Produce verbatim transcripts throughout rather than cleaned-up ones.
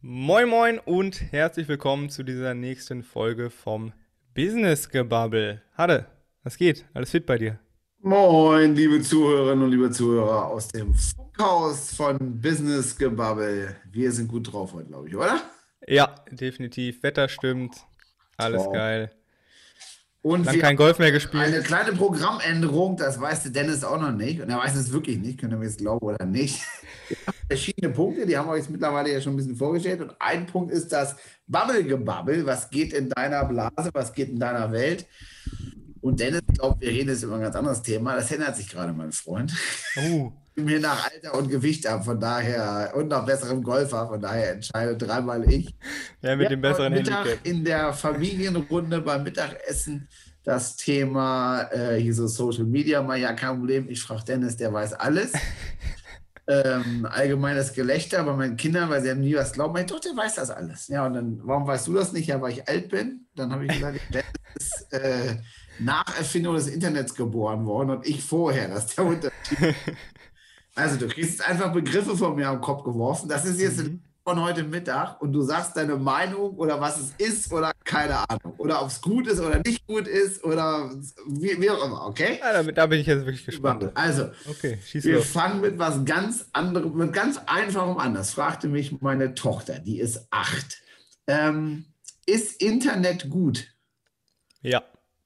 Moin Moin und herzlich willkommen zu dieser nächsten Folge vom Business Gebabbel. Hade, was geht? Alles fit bei dir? Moin, liebe Zuhörerinnen und liebe Zuhörer aus dem Funkhaus von Business Gebabbel. Wir sind gut drauf heute, glaube ich, oder? Ja, definitiv. Wetter stimmt. Alles Top. geil. Und Lang wir kein Golf mehr haben gespielt. eine kleine Programmänderung, das weiß der Dennis auch noch nicht. Und er weiß es wirklich nicht, könnt ihr mir jetzt glauben oder nicht. Wir haben verschiedene Punkte, die haben wir euch mittlerweile ja schon ein bisschen vorgestellt. Und ein Punkt ist das Bubble-Gebabbel. Was geht in deiner Blase, was geht in deiner Welt? Und Dennis glaubt, wir reden jetzt über ein ganz anderes Thema. Das ändert sich gerade, mein Freund. Uh, Mir nach Alter und Gewicht ab, von daher, und nach besserem Golfer, von daher entscheide dreimal ich. wer Wir mit dem haben heute besseren Mittag Handicap? in der Familienrunde beim Mittagessen das Thema, äh, hier so Social Media, mal ja kein Problem. Ich frage Dennis, der weiß alles. Ähm, allgemeines Gelächter bei meinen Kindern, weil sie haben nie was glauben. Ich, doch, der weiß das alles. Ja, und dann, warum weißt du das nicht? Ja, weil ich alt bin. Dann habe ich gesagt, Dennis ist äh, nach Erfindung des Internets geboren worden und ich vorher. Das ist der Unterschied. Also, du kriegst einfach Begriffe von mir am Kopf geworfen. Das ist jetzt Mhm. von heute Mittag und du sagst deine Meinung oder was es ist oder keine Ahnung. Oder ob es gut ist oder nicht gut ist oder wie, wie auch immer, okay? Ja, damit, da bin ich jetzt wirklich gespannt. Bubble. Also, Okay, schieß wir los. fangen mit was ganz anderem, mit ganz einfachem an. Das fragte mich meine Tochter, die ist acht. Ähm, ist Internet gut? Ja.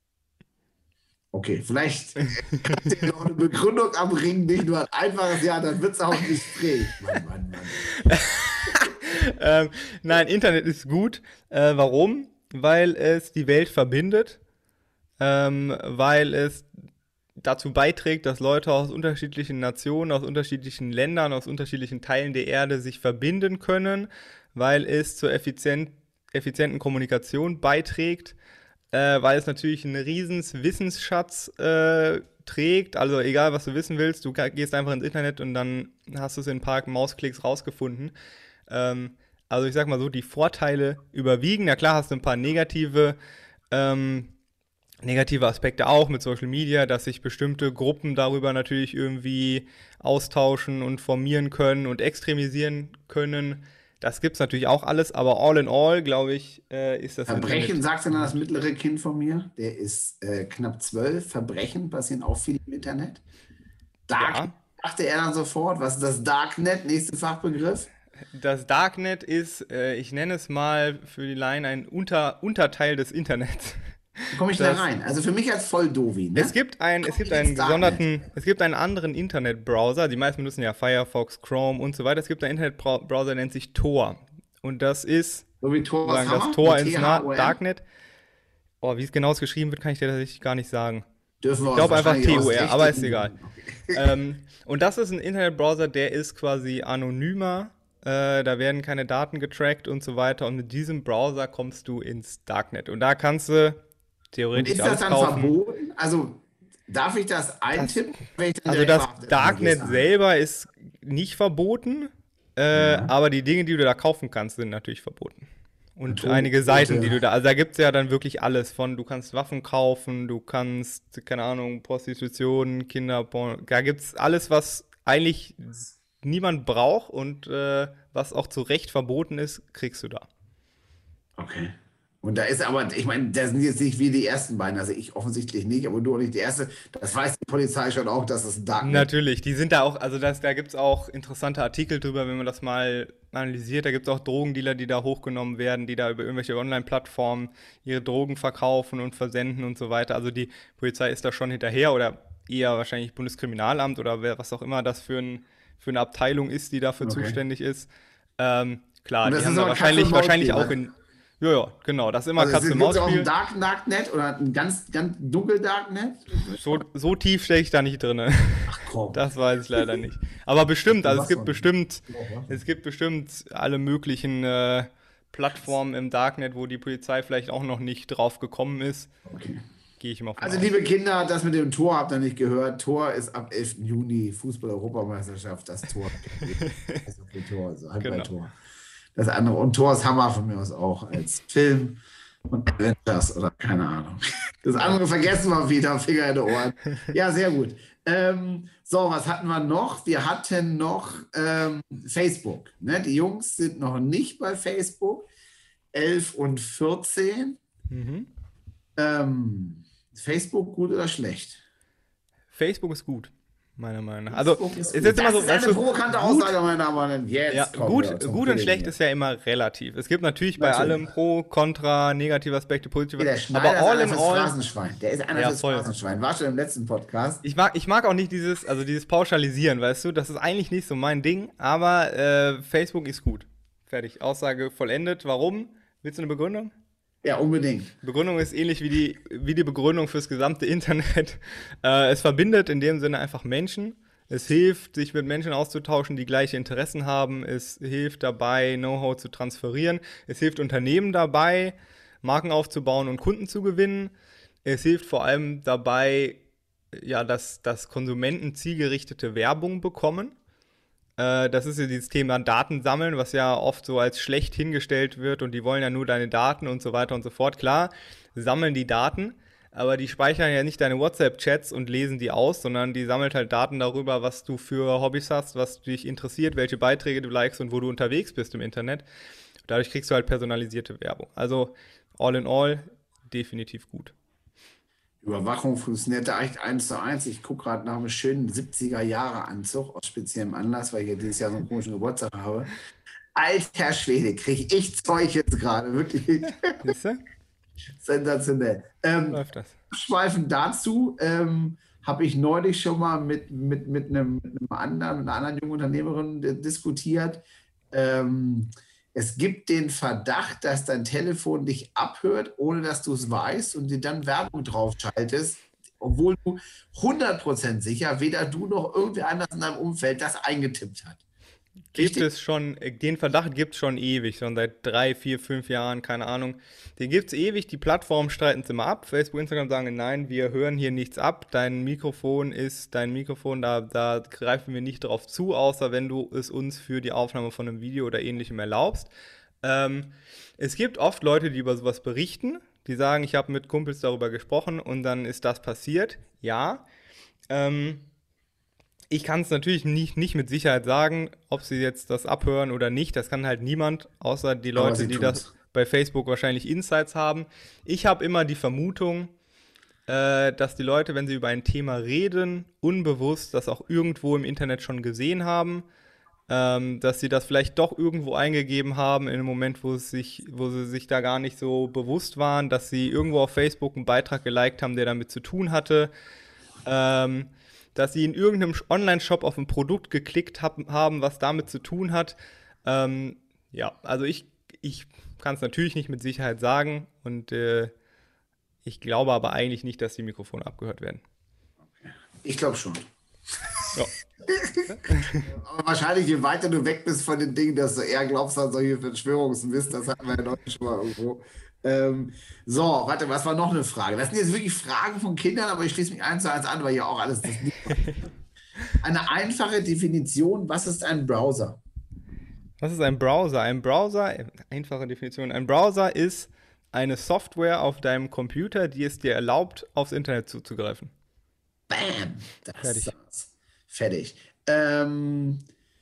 Okay, vielleicht äh, kannst du dir noch eine Begründung am Ring, nicht nur ein einfaches Ja, dann wird es auch ein Gespräch. Mann, Mann, Mann. ähm, nein, Internet ist gut. Äh, warum? Weil es die Welt verbindet. Ähm, weil es dazu beiträgt, dass Leute aus unterschiedlichen Nationen, aus unterschiedlichen Ländern, aus unterschiedlichen Teilen der Erde sich verbinden können, weil es zur effizient, effizienten Kommunikation beiträgt, äh, weil es natürlich einen riesen Wissensschatz äh, trägt. Also egal, was du wissen willst, du gehst einfach ins Internet und dann hast du es in ein paar Mausklicks rausgefunden. Ähm, also ich sag mal so, die Vorteile überwiegen. Na klar hast du ein paar negative ähm, negative Aspekte auch mit Social Media, dass sich bestimmte Gruppen darüber natürlich irgendwie austauschen und formieren können und extremisieren können. Das gibt's natürlich auch alles, aber all in all, glaube ich, äh, ist das Verbrechen, Internet sagt dann das gut. mittlere Kind von mir, der ist äh, knapp zwölf. Verbrechen passieren auch viel im Internet. Dark, Ja, dachte er dann sofort, was ist das Darknet? Nächster Fachbegriff. das Darknet ist, äh, ich nenne es mal für die Laien, ein Unter Unterteil des Internets. Wie komme ich da Das rein? Also für mich als Volldovi, Es ne? gibt, ein, es Komme gibt ich ins einen Darknet. gesonderten, es gibt einen anderen Internetbrowser. Die meisten benutzen ja Firefox, Chrome und so weiter. Es gibt einen Internetbrowser, der nennt sich Tor. Und das ist So wie Thor's sozusagen das Hammer Tor mit ins Na T-H-O-R. Darknet. Oh, wie es genau geschrieben wird, kann ich dir tatsächlich gar nicht sagen. Dürfen wir Ich uns glaube einfach wahrscheinlich aus T O R, aber ist rechtlichen egal. Gründen. Okay. Ähm, und das ist ein Internetbrowser, der ist quasi anonymer. Äh, da werden keine Daten getrackt und so weiter. Und mit diesem Browser kommst du ins Darknet. Und da kannst du Und theoretisch ist das alles dann kaufen. verboten? Also darf ich das Das eintippen? Wenn ich dann Also direkt das verhaftet? Ah, nee, gehst Darknet du ein. selber ist nicht verboten, äh, Ja. aber die Dinge, die du da kaufen kannst, sind natürlich verboten. Und Tote, einige Seiten, die Tote. du da, also da gibt es ja dann wirklich alles von, du kannst Waffen kaufen, du kannst, keine Ahnung, Prostitution, Kinderporn, da gibt es alles, was eigentlich niemand braucht und äh, was auch zu Recht verboten ist, kriegst du da. Okay. Und da ist aber, ich meine, das sind jetzt nicht wie die ersten beiden, also ich offensichtlich nicht, aber du auch nicht die erste. Das weiß die Polizei schon auch, dass es ein Darknet gibt. Natürlich, die sind da auch, also das, da gibt es auch interessante Artikel drüber, wenn man das mal analysiert. Da gibt es auch Drogendealer, die da hochgenommen werden, die da über irgendwelche Online-Plattformen ihre Drogen verkaufen und versenden und so weiter. Also die Polizei ist da schon hinterher oder eher wahrscheinlich Bundeskriminalamt oder wer, was auch immer das für, ein, für eine Abteilung ist, die dafür Okay. zuständig ist. Ähm, klar, Und die das ist haben da aber Katze und wahrscheinlich, Maus wahrscheinlich Spiel, auch was? in, ja, ja, genau, das ist immer Also es gibt es auch ein Katz-und-Maus-Spiel. Dark Darknet oder ein ganz, ganz dunkel Darknet? So, so tief stecke ich da nicht drin. Ach komm. Das weiß ich leider nicht. Aber bestimmt, Du also es was gibt von? bestimmt, Ja, was es von? gibt bestimmt alle möglichen äh, Plattformen im Darknet, wo die Polizei vielleicht auch noch nicht drauf gekommen ist. Okay. Gehe ich mal von Also, aus. liebe Kinder, das mit dem Tor habt ihr nicht gehört. Tor ist ab elften Juni Fußball-Europameisterschaft, das Tor. Also Tor, also Genau. Handballtor. Das andere. Und Thor's Hammer von mir aus auch als Film. und Avengers oder keine Ahnung. Das andere vergessen wir wieder, Finger in die Ohren. Ja, sehr gut. Ähm, so, was hatten wir noch? Wir hatten noch ähm, Facebook. Ne? Die Jungs sind noch nicht bei Facebook. elf und vierzehn. Mhm. Ähm, Facebook gut oder schlecht? Facebook ist gut, meiner Meinung nach. Also, Facebook ist ist gut. jetzt immer Das so, ist weißt eine du, provokante gut, Aussage, meine Damen und Herren. ja, Jetzt kommen gut, wir zum gut und Kollegen schlecht hier. ist ja immer relativ. Es gibt natürlich bei Natürlich. allem Pro, Contra, negative Aspekte, positive, Der aber Schneider ist all einer in fürs all, Phrasenschwein. Der ist einer ja, fürs voll. Phrasenschwein. War schon im letzten Podcast. Ich mag, ich mag auch nicht dieses, also dieses Pauschalisieren, weißt du, das ist eigentlich nicht so mein Ding, aber äh, Facebook ist gut. Fertig. Aussage vollendet. Warum? Willst du eine Begründung? Ja, unbedingt. Begründung ist ähnlich wie die, wie die Begründung fürs gesamte Internet. Äh, es verbindet in dem Sinne einfach Menschen. Es hilft, sich mit Menschen auszutauschen, die gleiche Interessen haben. Es hilft dabei, Know-how zu transferieren. Es hilft Unternehmen dabei, Marken aufzubauen und Kunden zu gewinnen. Es hilft vor allem dabei, ja, dass, dass Konsumenten zielgerichtete Werbung bekommen. Äh, das ist ja dieses Thema Daten sammeln, was ja oft so als schlecht hingestellt wird und die wollen ja nur deine Daten und so weiter und so fort. Klar, sammeln die Daten, aber die speichern ja nicht deine WhatsApp-Chats und lesen die aus, sondern die sammelt halt Daten darüber, was du für Hobbys hast, was dich interessiert, welche Beiträge du likest und wo du unterwegs bist im Internet. Dadurch kriegst du halt personalisierte Werbung. Also all in all definitiv gut. Überwachung funktioniert da echt eins zu eins. Ich gucke gerade nach einem schönen siebziger-Jahre-Anzug aus speziellem Anlass, weil ich ja dieses Jahr so einen komischen Geburtstag habe. Alter Schwede, kriege ich Zeug jetzt gerade. Wirklich Siehst du? sensationell. Ähm, Läuft das. Abschweifend dazu ähm, habe ich neulich schon mal mit, mit, mit, einem, mit einem anderen, mit einer anderen jungen Unternehmerin di- diskutiert. Ähm, es gibt den Verdacht, dass dein Telefon dich abhört, ohne dass du es weißt und dir dann Werbung draufschaltest, obwohl du hundert Prozent sicher, weder du noch irgendwer anders in deinem Umfeld das eingetippt hat. Gibt Richtig? es schon, äh, den Verdacht gibt es schon ewig, schon seit drei, vier, fünf Jahren, keine Ahnung. Den gibt es ewig, die Plattformen streiten es immer ab. Facebook, Instagram sagen, nein, wir hören hier nichts ab, dein Mikrofon ist dein Mikrofon, da, da greifen wir nicht drauf zu, außer wenn du es uns für die Aufnahme von einem Video oder ähnlichem erlaubst. Ähm, Es gibt oft Leute, die über sowas berichten, die sagen, ich habe mit Kumpels darüber gesprochen und dann ist das passiert. Ja, ähm, ich kann es natürlich nicht, nicht mit Sicherheit sagen, ob sie jetzt das abhören oder nicht. Das kann halt niemand, außer die Aber Leute, sie die tun das es. bei Facebook wahrscheinlich Insights haben. Ich habe immer die Vermutung, äh, dass die Leute, wenn sie über ein Thema reden, unbewusst das auch irgendwo im Internet schon gesehen haben, ähm, dass sie das vielleicht doch irgendwo eingegeben haben in einem Moment, wo, es sich, wo sie sich da gar nicht so bewusst waren, dass sie irgendwo auf Facebook einen Beitrag geliked haben, der damit zu tun hatte, ähm, dass sie in irgendeinem Online-Shop auf ein Produkt geklickt hab, haben, was damit zu tun hat. Ähm, ja, also ich, ich kann es natürlich nicht mit Sicherheit sagen und äh, ich glaube aber eigentlich nicht, dass die Mikrofone abgehört werden. Ich glaube schon. Ja. Aber wahrscheinlich, je weiter du weg bist von den Dingen, desto eher glaubst du an solche Verschwörungsmist. Das hatten wir ja neulich schon mal irgendwo. Ähm, so, warte, was war noch eine Frage? Das sind jetzt wirklich Fragen von Kindern, aber ich schließe mich eins zu eins an, weil ja auch alles das nicht. Eine einfache Definition, was ist ein Browser? Was ist ein Browser? Ein Browser, einfache Definition, ein Browser ist eine Software auf deinem Computer, die es dir erlaubt, aufs Internet zuzugreifen. Bam! Das Fertig. ist fertig. Ähm,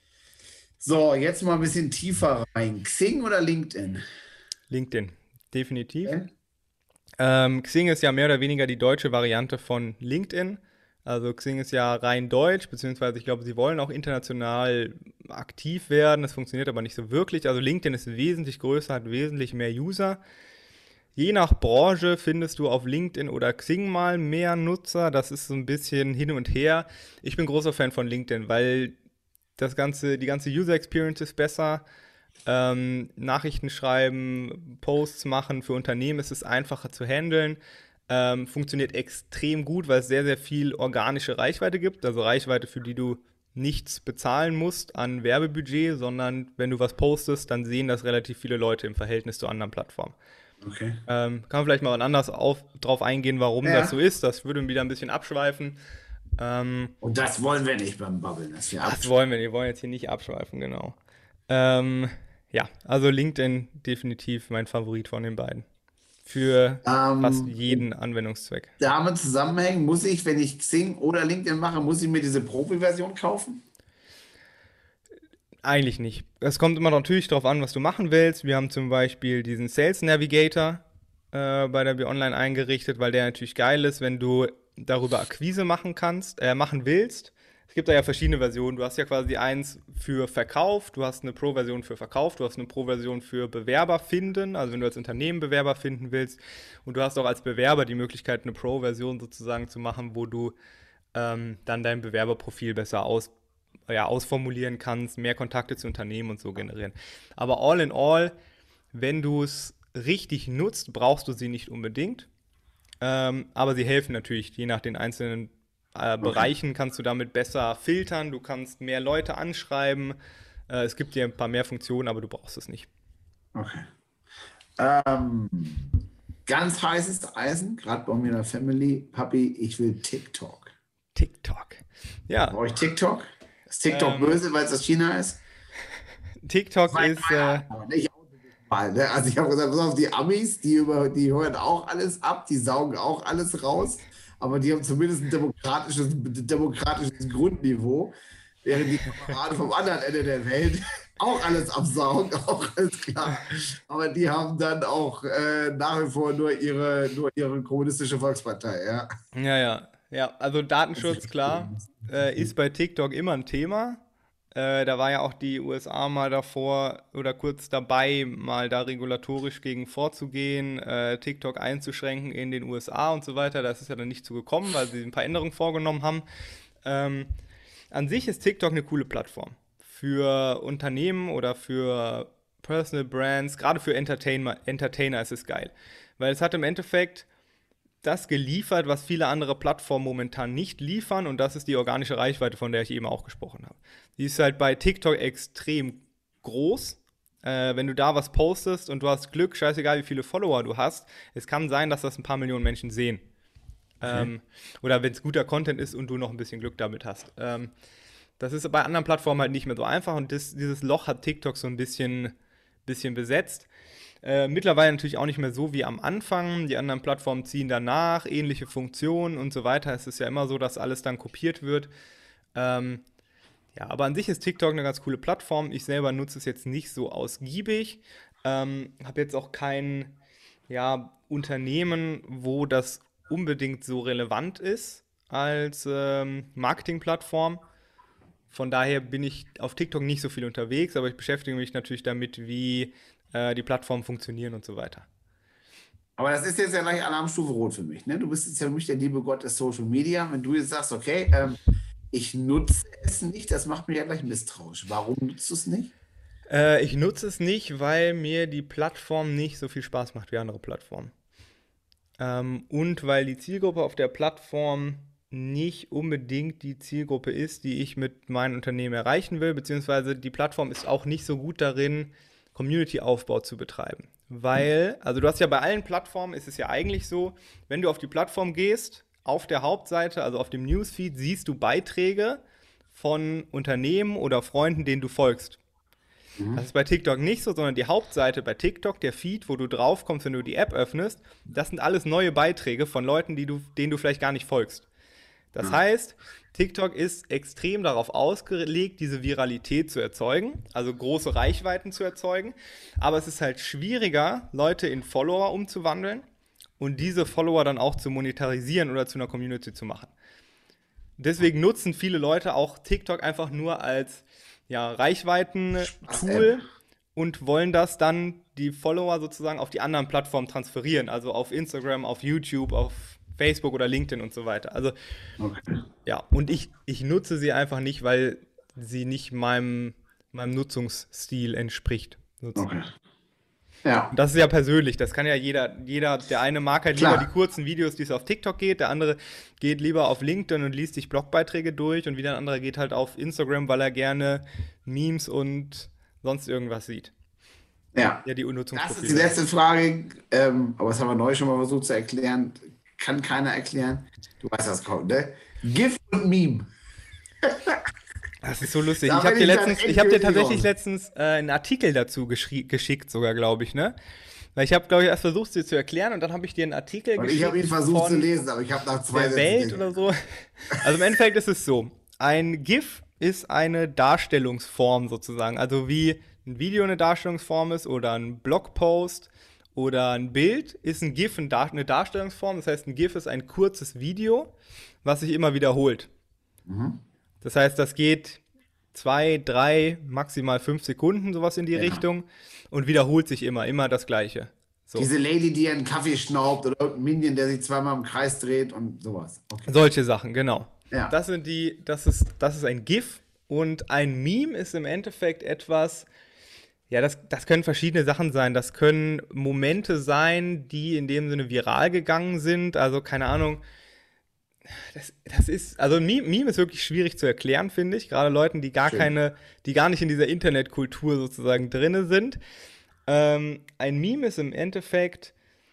so, jetzt mal ein bisschen tiefer rein. Xing oder LinkedIn? LinkedIn, definitiv. Okay. Ähm, Xing ist ja mehr oder weniger die deutsche Variante von LinkedIn. Also Xing ist ja rein deutsch, beziehungsweise ich glaube, sie wollen auch international aktiv werden. Das funktioniert aber nicht so wirklich. Also LinkedIn ist wesentlich größer, hat wesentlich mehr User. Je nach Branche findest du auf LinkedIn oder Xing mal mehr Nutzer. Das ist so ein bisschen hin und her. Ich bin großer Fan von LinkedIn, weil das ganze, die ganze User Experience ist besser. Ähm, Nachrichten schreiben, Posts machen für Unternehmen ist es einfacher zu handeln. Ähm, funktioniert extrem gut, weil es sehr, sehr viel organische Reichweite gibt. Also Reichweite, für die du nichts bezahlen musst an Werbebudget, sondern wenn du was postest, dann sehen das relativ viele Leute im Verhältnis zu anderen Plattformen. Okay. Ähm, kann man vielleicht mal anders auf, drauf eingehen, warum Ja. das so ist. Das würde wieder ein bisschen abschweifen. Ähm, Und das wollen wir nicht beim Babbeln. Das wir das wollen wir, wir wollen jetzt hier nicht abschweifen, genau. Ähm, ja, also LinkedIn definitiv mein Favorit von den beiden. für fast Ähm, jeden Anwendungszweck. damit zusammenhängen, muss ich, wenn ich Xing oder LinkedIn mache, muss ich mir diese Profi-Version kaufen? Eigentlich nicht. Es kommt immer natürlich darauf an, was du machen willst. Wir haben zum Beispiel diesen Sales Navigator äh, bei der B-Online eingerichtet, weil der natürlich geil ist, wenn du darüber Akquise machen kannst, äh, machen willst. Es gibt da ja verschiedene Versionen. Du hast ja quasi eins für Verkauf, du hast eine Pro-Version für Verkauf, du hast eine Pro-Version für Bewerber finden, also wenn du als Unternehmen Bewerber finden willst. Und du hast auch als Bewerber die Möglichkeit, eine Pro-Version sozusagen zu machen, wo du ähm, dann dein Bewerberprofil besser aus, ja, ausformulieren kannst, mehr Kontakte zu Unternehmen und so generieren. Aber all in all, wenn du es richtig nutzt, brauchst du sie nicht unbedingt. Ähm, aber sie helfen natürlich, je nach den einzelnen äh, Okay, Bereichen kannst du damit besser filtern, du kannst mehr Leute anschreiben. Äh, es gibt dir ein paar mehr Funktionen, aber du brauchst es nicht. okay. Ähm, ganz heißes Eisen, gerade bei mir in der Family. Papi, ich will TikTok. TikTok. Ja, Brauche ich TikTok? Ist TikTok ähm, böse, weil es aus China ist? TikTok Meine ist, äh, Meinung, ne? Ich oute dich mal, ne? Also ich habe gesagt, pass auf, die Amis, die, über, die hören auch alles ab, die saugen auch alles raus, aber die haben zumindest ein demokratisches, demokratisches Grundniveau, während die Kameraden vom anderen Ende der Welt auch alles absaugen, auch alles klar. Aber die haben dann auch äh, nach wie vor nur ihre, nur ihre kommunistische Volkspartei, ja. ja, ja, ja, also Datenschutz, klar, äh, ist bei TikTok immer ein Thema. Äh, da war ja auch die U S A mal davor oder kurz dabei, mal da regulatorisch gegen vorzugehen, äh, TikTok einzuschränken in den U S A und so weiter. Da ist es ja dann nicht zu gekommen, weil sie ein paar Änderungen vorgenommen haben. Ähm, an sich ist TikTok eine coole Plattform für Unternehmen oder für Personal Brands, gerade für Entertainer, Entertainer ist es geil. Weil es hat im Endeffekt das geliefert, was viele andere Plattformen momentan nicht liefern, und das ist die organische Reichweite, von der ich eben auch gesprochen habe. Die ist halt bei TikTok extrem groß. Äh, wenn du da was postest und du hast Glück, scheißegal wie viele Follower du hast, es kann sein, dass das ein paar Millionen Menschen sehen. Okay. Ähm, oder wenn es guter Content ist und du noch ein bisschen Glück damit hast. Ähm, das ist bei anderen Plattformen halt nicht mehr so einfach, und das, dieses Loch hat TikTok so ein bisschen, bisschen besetzt. Äh, mittlerweile natürlich auch nicht mehr so wie am Anfang. Die anderen Plattformen ziehen danach, ähnliche Funktionen und so weiter. Es ist ja immer so, dass alles dann kopiert wird. Ähm, ja, aber an sich ist TikTok eine ganz coole Plattform. Ich selber nutze es jetzt nicht so ausgiebig. Ähm, habe jetzt auch kein, ja, Unternehmen, wo das unbedingt so relevant ist als ähm, Marketingplattform. Von daher bin ich auf TikTok nicht so viel unterwegs, aber ich beschäftige mich natürlich damit, wie äh, die Plattformen funktionieren und so weiter. Aber das ist jetzt ja gleich Alarmstufe Rot für mich. Ne? Du bist jetzt ja für mich der liebe Gott des Social Media. Wenn du jetzt sagst, okay, ähm, ich nutze es nicht, das macht mich ja gleich misstrauisch. Warum nutzt du es nicht? Äh, ich nutze es nicht, weil mir die Plattform nicht so viel Spaß macht wie andere Plattformen. Ähm, und weil die Zielgruppe auf der Plattform nicht unbedingt die Zielgruppe ist, die ich mit meinem Unternehmen erreichen will, beziehungsweise die Plattform ist auch nicht so gut darin, Community-Aufbau zu betreiben. Weil, also du hast ja bei allen Plattformen, ist es ja eigentlich so, wenn du auf die Plattform gehst, auf der Hauptseite, also auf dem Newsfeed, siehst du Beiträge von Unternehmen oder Freunden, denen du folgst. Das Mhm. ist bei TikTok nicht so, sondern die Hauptseite bei TikTok, der Feed, wo du drauf kommst, wenn du die App öffnest, das sind alles neue Beiträge von Leuten, die du, denen du vielleicht gar nicht folgst. Das Ja. heißt, TikTok ist extrem darauf ausgelegt, diese Viralität zu erzeugen, also große Reichweiten zu erzeugen. Aber es ist halt schwieriger, Leute in Follower umzuwandeln und diese Follower dann auch zu monetarisieren oder zu einer Community zu machen. Deswegen nutzen viele Leute auch TikTok einfach nur als, ja, Als App. Reichweiten-Tool und wollen das dann die Follower sozusagen auf die anderen Plattformen transferieren, also auf Instagram, auf YouTube, auf Facebook oder LinkedIn und so weiter. Also Okay. ja, und ich, ich nutze sie einfach nicht, weil sie nicht meinem, meinem Nutzungsstil entspricht. Nutzen. Okay. Ja, Und das ist ja persönlich, das kann ja jeder, jeder, der eine mag halt lieber die klar. kurzen Videos, die es auf TikTok geht, der andere geht lieber auf LinkedIn und liest sich Blogbeiträge durch, und wieder ein anderer geht halt auf Instagram, weil er gerne Memes und sonst irgendwas sieht. Ja. Ja, die Das ist die Nutzungsprofile. letzte Frage, ähm, aber das haben wir neu schon mal versucht zu erklären. Kann keiner erklären. Du weißt, was kommt, ne? GIF und Meme. Das ist so lustig. Da Ich habe bin dir ich dann letztens, ich habe dir endgültig tatsächlich raus. letztens äh, einen Artikel dazu geschrie- geschickt, sogar, glaube ich, ne? Weil ich habe, glaube ich, erst versucht, sie zu erklären und dann habe ich dir einen Artikel Und geschickt ich habe ihn versucht zu von lesen, aber ich habe nach zwei der Sätzen Welt nicht. oder so. Also im Endeffekt ist es so, ein GIF ist eine Darstellungsform sozusagen. Also wie ein Video eine Darstellungsform ist oder ein Blogpost oder ein Bild, ist ein GIF eine Darstellungsform. Das heißt, ein GIF ist ein kurzes Video, was sich immer wiederholt. Mhm. Das heißt, das geht zwei, drei, maximal fünf Sekunden, sowas in die Genau. Richtung und wiederholt sich immer, immer das Gleiche. So. Diese Lady, die einen Kaffee schnaubt oder irgendein Minion, der sich zweimal im Kreis dreht und sowas. Okay. Solche Sachen, genau. Ja. Das sind die, das ist, das ist ein GIF und ein Meme ist im Endeffekt etwas, ja, das, das können verschiedene Sachen sein. Das können Momente sein, die in dem Sinne viral gegangen sind. Also, keine Ahnung. Das, das ist, also ein Meme, Meme ist wirklich schwierig zu erklären, finde ich. Gerade Leuten, die gar Schön. keine, die gar nicht in dieser Internetkultur sozusagen drinne sind. Ähm, ein Meme ist im Endeffekt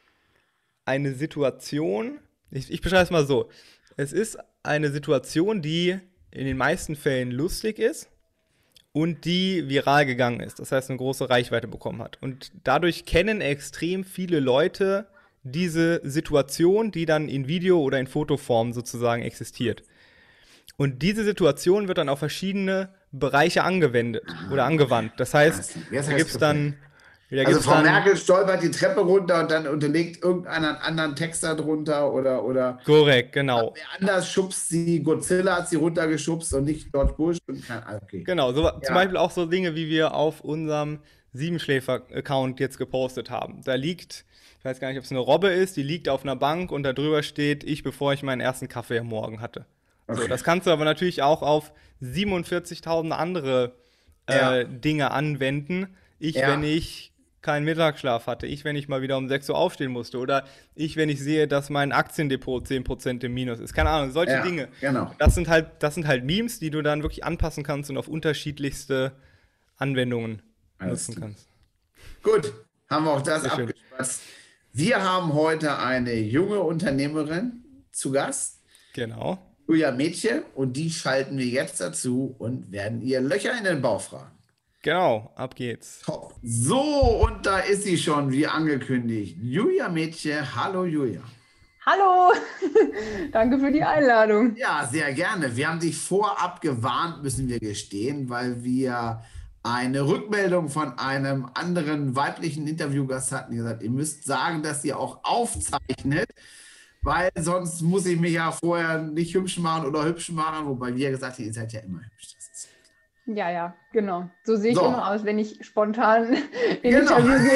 eine Situation, ich, ich beschreibe es mal so. Es ist eine Situation, die in den meisten Fällen lustig ist und die viral gegangen ist. Das heißt, eine große Reichweite bekommen hat. Und dadurch kennen extrem viele Leute diese Situation, die dann in Video- oder in Fotoform sozusagen existiert. Und diese Situation wird dann auf verschiedene Bereiche angewendet oder angewandt. Das heißt, Jetzt da heißt gibt es es dann, da Also gibt's Frau dann Merkel stolpert die Treppe runter und dann unterlegt irgendeinen anderen Text darunter oder, oder korrekt, genau. wer anders schubst sie, Godzilla hat sie runtergeschubst und nicht George Bush und kein, okay. Genau, so, Ja. zum Beispiel auch so Dinge, wie wir auf unserem Siebenschläfer-Account jetzt gepostet haben. Da liegt, ich weiß gar nicht, ob es eine Robbe ist, die liegt auf einer Bank und da drüber steht, ich, bevor ich meinen ersten Kaffee am Morgen hatte. So, Okay. das kannst du aber natürlich auch auf siebenundvierzigtausend andere äh, Ja. Dinge anwenden. Ich, Ja. wenn ich keinen Mittagsschlaf hatte, ich, wenn ich mal wieder um sechs Uhr aufstehen musste oder ich, wenn ich sehe, dass mein Aktiendepot zehn Prozent im Minus ist. Keine Ahnung, solche Ja, Dinge. genau. Das sind halt, das sind halt Memes, die du dann wirklich anpassen kannst und auf unterschiedlichste Anwendungen Alles nutzen klar. kannst. Gut, haben wir auch das Sehr schön. abgespatzt. Wir haben heute eine junge Unternehmerin zu Gast, Genau. Julia Mädchen, und die schalten wir jetzt dazu und werden ihr Löcher in den Bauch fragen. Genau, ab geht's. Top. So, und da ist sie schon, wie angekündigt. Julia Mädchen, hallo Julia. Hallo, danke für die Einladung. Ja, sehr gerne. Wir haben dich vorab gewarnt, müssen wir gestehen, weil wir eine Rückmeldung von einem anderen weiblichen Interviewgast hatten, die gesagt, ihr müsst sagen, dass ihr auch aufzeichnet, weil sonst muss ich mich ja vorher nicht hübsch machen oder hübsch machen, wobei wir gesagt haben, ihr seid ja immer hübsch. Das ist Ja, ja, genau. So sehe ich So. immer aus, wenn ich spontan in Genau. Interview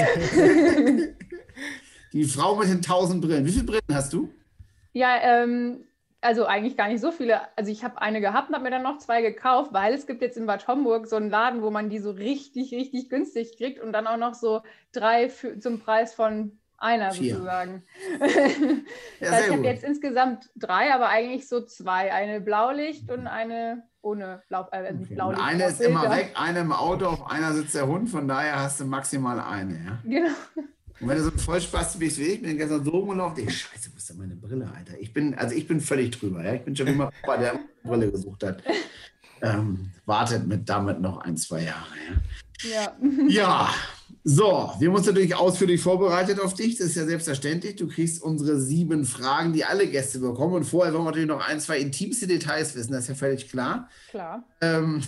gehe. die Frau mit den tausend Brillen. Wie viele Brillen hast du? Ja, ähm, also eigentlich gar nicht so viele. Also ich habe eine gehabt und habe mir dann noch zwei gekauft, weil es gibt jetzt in Bad Homburg so einen Laden, wo man die so richtig, richtig günstig kriegt und dann auch noch so drei für, zum Preis von einer Vier. sozusagen. Ja, Das heißt, sehr ich habe gut. jetzt insgesamt drei, aber eigentlich so zwei. Eine Blaulicht und eine ohne Blau, äh, also nicht Und Blaulicht. eine aber ist immer Filter. weg, eine im Auto, auf einer sitzt der Hund, von daher hast du maximal eine. Ja? Genau. Und wenn du so ein Vollspast bist wie ich, bin gestern so rumgelaufen, ich scheiße, wo ist denn meine Brille, Alter? Ich bin, also ich bin völlig drüber. Ja? Ich bin schon wie mein Papa, der eine Brille gesucht hat. Ähm, wartet mit damit noch ein, zwei Jahre. Ja? Ja. Ja, so, wir haben uns natürlich ausführlich vorbereitet auf dich. Das ist ja selbstverständlich. Du kriegst unsere sieben Fragen, die alle Gäste bekommen. Und vorher wollen wir natürlich noch ein, zwei intimste Details wissen. Das ist ja völlig klar. Klar. Ähm,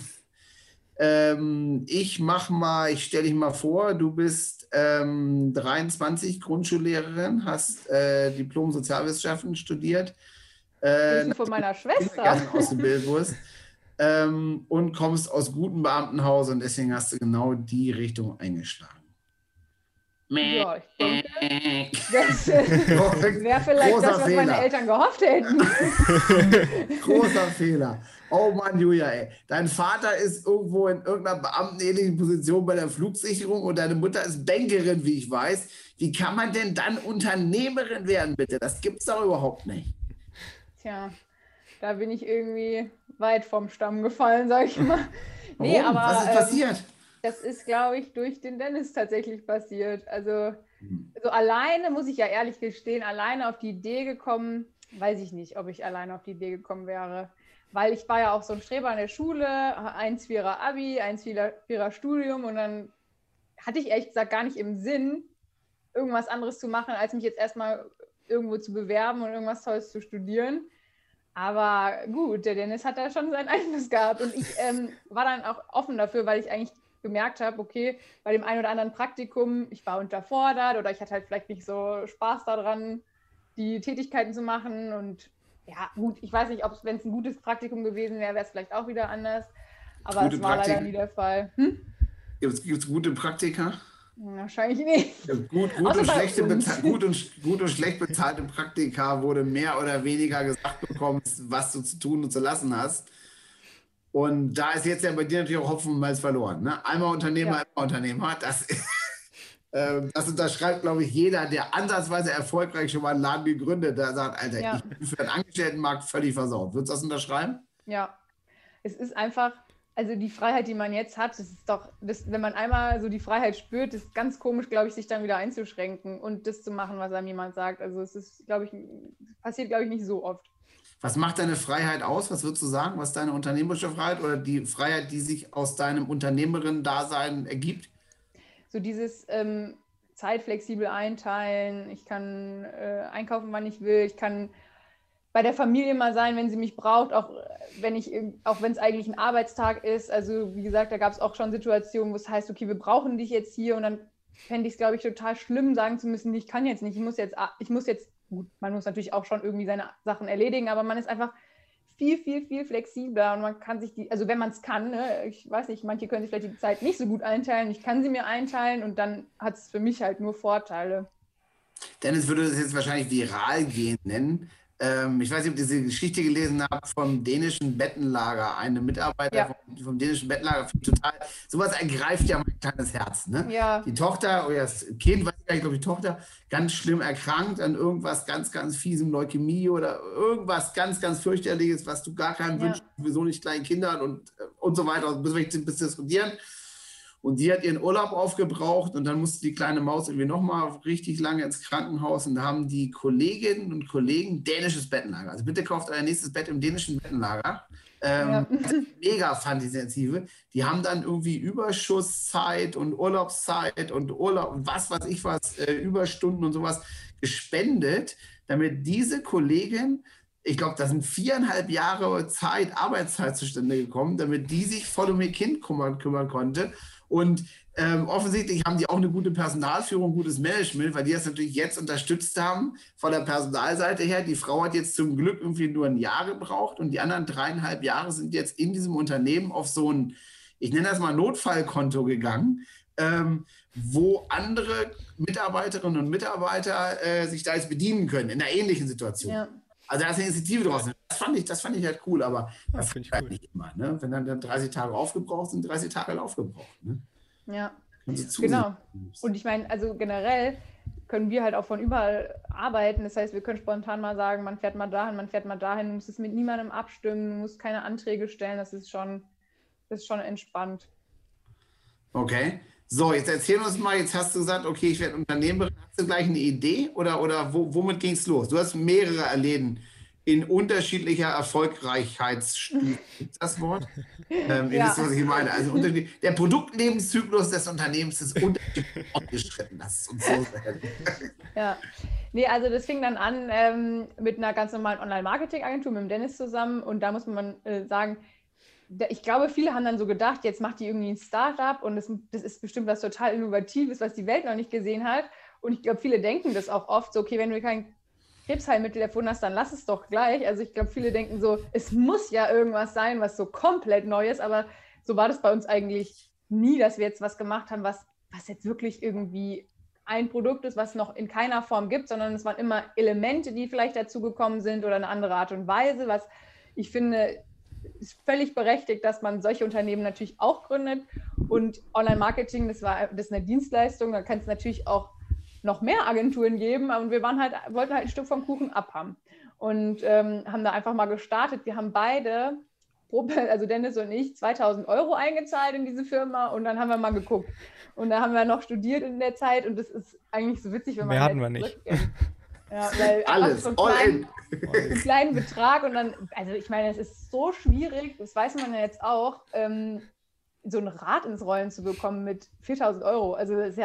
ähm, ich mach mal, ich stelle dich mal vor, du bist ähm, dreiundzwanzig, Grundschullehrerin, hast äh, Diplom Sozialwissenschaften studiert. Äh, Grüße von meiner Schwester. Kindergarten ausgebildet wurdest. Ähm, und kommst aus gutem Beamtenhaus und deswegen hast du genau die Richtung eingeschlagen. Ja, ich denke, das äh, wäre vielleicht Großer das, was Fehler. meine Eltern gehofft hätten. Großer Fehler. Oh Mann, Julia, ey. Dein Vater ist irgendwo in irgendeiner beamtenähnlichen Position bei der Flugsicherung und deine Mutter ist Bankerin, wie ich weiß. Wie kann man denn dann Unternehmerin werden, bitte? Das gibt's doch überhaupt nicht. Tja, da bin ich irgendwie weit vom Stamm gefallen, sag ich mal. Nee, Warum? aber Was ist ähm, passiert? das ist, glaube ich, durch den Dennis tatsächlich passiert. Also Hm. so alleine, muss ich ja ehrlich gestehen, alleine auf die Idee gekommen, weiß ich nicht, ob ich alleine auf die Idee gekommen wäre. Weil ich war ja auch so ein Streber in der Schule, eins Vierer Abi, eins Vierer Studium und dann hatte ich ehrlich gesagt gar nicht im Sinn, irgendwas anderes zu machen, als mich jetzt erstmal irgendwo zu bewerben und irgendwas Tolles zu studieren. Aber gut, der Dennis hat da schon seinen Einfluss gehabt und ich ähm, war dann auch offen dafür, weil ich eigentlich gemerkt habe, okay, bei dem einen oder anderen Praktikum, ich war unterfordert oder ich hatte halt vielleicht nicht so Spaß daran, die Tätigkeiten zu machen und ja, gut, ich weiß nicht, ob es, wenn es ein gutes Praktikum gewesen wäre, wäre es vielleicht auch wieder anders, aber Gute es war Praktik- leider nie der Fall. Hm? Gibt es gute Praktika? Wahrscheinlich nicht. Ja, gut, gut, Außer und bei schlechte uns. Beza- gut, und, gut und schlecht bezahlte Praktika, wo du mehr oder weniger gesagt bekommst, was du zu tun und zu lassen hast. Und da ist jetzt ja bei dir natürlich auch Hopfen und Malz verloren. Ne? Einmal Unternehmer, Ja. immer Unternehmer. Das, äh, das unterschreibt, glaube ich, jeder, der ansatzweise erfolgreich schon mal einen Laden gegründet hat, der sagt, Alter, Ja. ich bin für den Angestelltenmarkt völlig versaut. Würdest du das unterschreiben? Ja, es ist einfach, also die Freiheit, die man jetzt hat, das ist doch, das, wenn man einmal so die Freiheit spürt, ist ganz komisch, glaube ich, sich dann wieder einzuschränken und das zu machen, was einem jemand sagt. Also es ist, glaube ich, passiert, glaube ich, nicht so oft. Was macht deine Freiheit aus? Was würdest du sagen? Was ist deine unternehmerische Freiheit oder die Freiheit, die sich aus deinem Unternehmerin-Dasein ergibt? So dieses ähm, Zeit flexibel einteilen, ich kann äh, einkaufen, wann ich will, ich kann bei der Familie mal sein, wenn sie mich braucht, auch wenn ich, auch wenn es eigentlich ein Arbeitstag ist. Also wie gesagt, da gab es auch schon Situationen, wo es heißt, okay, wir brauchen dich jetzt hier und dann fände ich es, glaube ich, total schlimm, sagen zu müssen, ich kann jetzt nicht, ich muss jetzt, ich muss jetzt, gut, man muss natürlich auch schon irgendwie seine Sachen erledigen, aber man ist einfach viel, viel, viel flexibler und man kann sich die, also wenn man es kann, ne, ich weiß nicht, manche können sich vielleicht die Zeit nicht so gut einteilen, ich kann sie mir einteilen und dann hat es für mich halt nur Vorteile. Dennis würde das jetzt wahrscheinlich viral gehen nennen. Ähm, ich weiß nicht, ob ihr diese Geschichte gelesen habt vom dänischen Bettenlager. Eine Mitarbeiter Ja. vom, vom dänischen Bettenlager, total, sowas ergreift ja mein kleines Herz. Ne? Ja. Die Tochter oder das Kind, weiß ich gar nicht, glaube ich, die Tochter, ganz schlimm erkrankt an irgendwas ganz, ganz fiesem, Leukämie oder irgendwas ganz, ganz fürchterliches, was du gar keinem Ja. wünschst, sowieso nicht kleinen Kindern und, und so weiter. Also müssen wir nicht bis diskutieren. Und die hat ihren Urlaub aufgebraucht und dann musste die kleine Maus irgendwie nochmal richtig lange ins Krankenhaus und da haben die Kolleginnen und Kollegen dänisches Bettenlager. Also bitte kauft euer nächstes Bett im dänischen Bettenlager. Ähm, Ja. Mega Fantasiesensive. Die haben dann irgendwie Überschusszeit und Urlaubszeit und Urlaub und was weiß ich was, äh, Überstunden und sowas gespendet, damit diese Kollegin, ich glaube, da sind viereinhalb Jahre Zeit, Arbeitszeit zustande gekommen, damit die sich voll um ihr Kind kümmern, kümmern konnte. Und ähm, offensichtlich haben die auch eine gute Personalführung, gutes Management, weil die das natürlich jetzt unterstützt haben von der Personalseite her. Die Frau hat jetzt zum Glück irgendwie nur ein Jahr gebraucht und die anderen dreieinhalb Jahre sind jetzt in diesem Unternehmen auf so ein, ich nenne das mal Notfallkonto gegangen, ähm, wo andere Mitarbeiterinnen und Mitarbeiter äh, sich da jetzt bedienen können, in einer ähnlichen Situation. Ja. Also da ist eine Initiative draus. Das fand ich, das fand ich halt cool, aber das finde ich halt cool. nicht immer. Ne? Wenn dann, dann dreißig Tage aufgebraucht sind, dreißig Tage aufgebraucht. Ne? Ja. Können Sie zusehen. Genau. Und ich meine, also generell können wir halt auch von überall arbeiten. Das heißt, wir können spontan mal sagen, man fährt mal dahin, man fährt mal dahin, du musst es mit niemandem abstimmen, du musst keine Anträge stellen, das ist schon, das ist schon entspannt. Okay. So, jetzt erzähl uns mal, jetzt hast du gesagt, okay, ich werde Unternehmerin. Hast du gleich eine Idee oder, oder wo, womit ging es los? Du hast mehrere Läden in unterschiedlicher Erfolgreichheitsstufe. Gibt es das Wort? Ähm, ihr Ja. wisst, was ich meine. Also unterschiedlich- der Produktlebenszyklus des Unternehmens ist unterschiedlich fortgeschritten. Das ist uns so sehr. Ja, nee, also das fing dann an ähm, mit einer ganz normalen Online-Marketing-Agentur mit dem Dennis zusammen und da muss man äh, sagen, da, ich glaube, viele haben dann so gedacht, jetzt macht die irgendwie ein Startup und das, das ist bestimmt was total Innovatives, was die Welt noch nicht gesehen hat und ich glaube, viele denken das auch oft so, okay, wenn du kein Krebsheilmittel erfunden hast, dann lass es doch gleich. Also ich glaube, viele denken so, es muss ja irgendwas sein, was so komplett neu ist, aber so war das bei uns eigentlich nie, dass wir jetzt was gemacht haben, was, was jetzt wirklich irgendwie ein Produkt ist, was noch in keiner Form gibt, sondern es waren immer Elemente, die vielleicht dazugekommen sind oder eine andere Art und Weise, was ich finde, ist völlig berechtigt, dass man solche Unternehmen natürlich auch gründet und Online-Marketing, das war das ist eine Dienstleistung, da kann es natürlich auch noch mehr Agenturen geben, und wir waren halt, wollten halt ein Stück vom Kuchen abhaben und ähm, haben da einfach mal gestartet. Wir haben beide, also Dennis und ich, zweitausend Euro eingezahlt in diese Firma und dann haben wir mal geguckt. Und da haben wir noch studiert in der Zeit und das ist eigentlich so witzig, wenn man Mehr hatten halt wir nicht. zurückdenkt. Ja, weil Alles, so einen all kleinen, in. so einen kleinen Betrag und dann, also ich meine, es ist so schwierig, das weiß man ja jetzt auch, ähm, so ein Rad ins Rollen zu bekommen mit viertausend Euro. Also das ist ja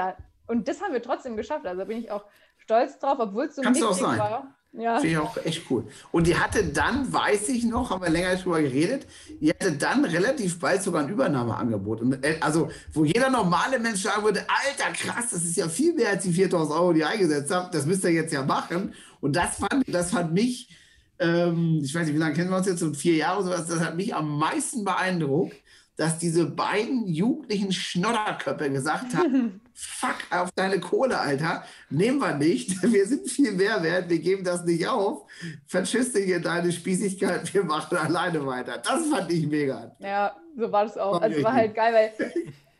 Und das haben wir trotzdem geschafft. Also da bin ich auch stolz drauf, obwohl es so ein Kannst du auch Mixing sein. war. Ja. Finde ich auch echt cool. Und die hatte dann, weiß ich noch, haben wir länger drüber geredet, die hatte dann relativ bald sogar ein Übernahmeangebot. Und, äh, also, wo jeder normale Mensch sagen würde, Alter, krass, das ist ja viel mehr als die viertausend Euro, die ihr eingesetzt habt, das müsst ihr jetzt ja machen. Und das fand, das fand mich, ähm, ich weiß nicht, wie lange kennen wir uns jetzt, so vier Jahre oder sowas, das hat mich am meisten beeindruckt, dass diese beiden jugendlichen Schnodderköpfe gesagt haben, fuck auf deine Kohle, Alter, nehmen wir nicht, wir sind viel mehr wert, wir geben das nicht auf, vergiss dich in deine Spießigkeit, wir machen alleine weiter. Das fand ich mega. Ja, so war das auch. Also es war halt geil, weil,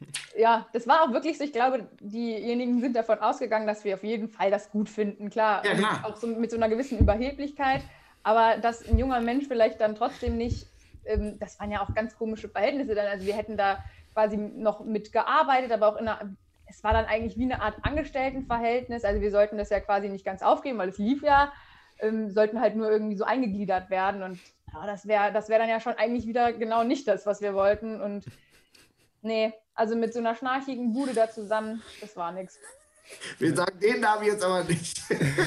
ja, das war auch wirklich so, ich glaube, diejenigen sind davon ausgegangen, dass wir auf jeden Fall das gut finden, klar, Ja, klar. auch so mit so einer gewissen Überheblichkeit, aber dass ein junger Mensch vielleicht dann trotzdem nicht, ähm, das waren ja auch ganz komische Verhältnisse dann, also wir hätten da quasi noch mitgearbeitet, aber auch in einer, es war dann eigentlich wie eine Art Angestelltenverhältnis, also wir sollten das ja quasi nicht ganz aufgeben, weil es lief ja, ähm, sollten halt nur irgendwie so eingegliedert werden und ja, das wäre das wär dann ja schon eigentlich wieder genau nicht das, was wir wollten und nee, also mit so einer schnarchigen Bude da zusammen, das war nichts. Wir sagen den Namen jetzt aber nicht.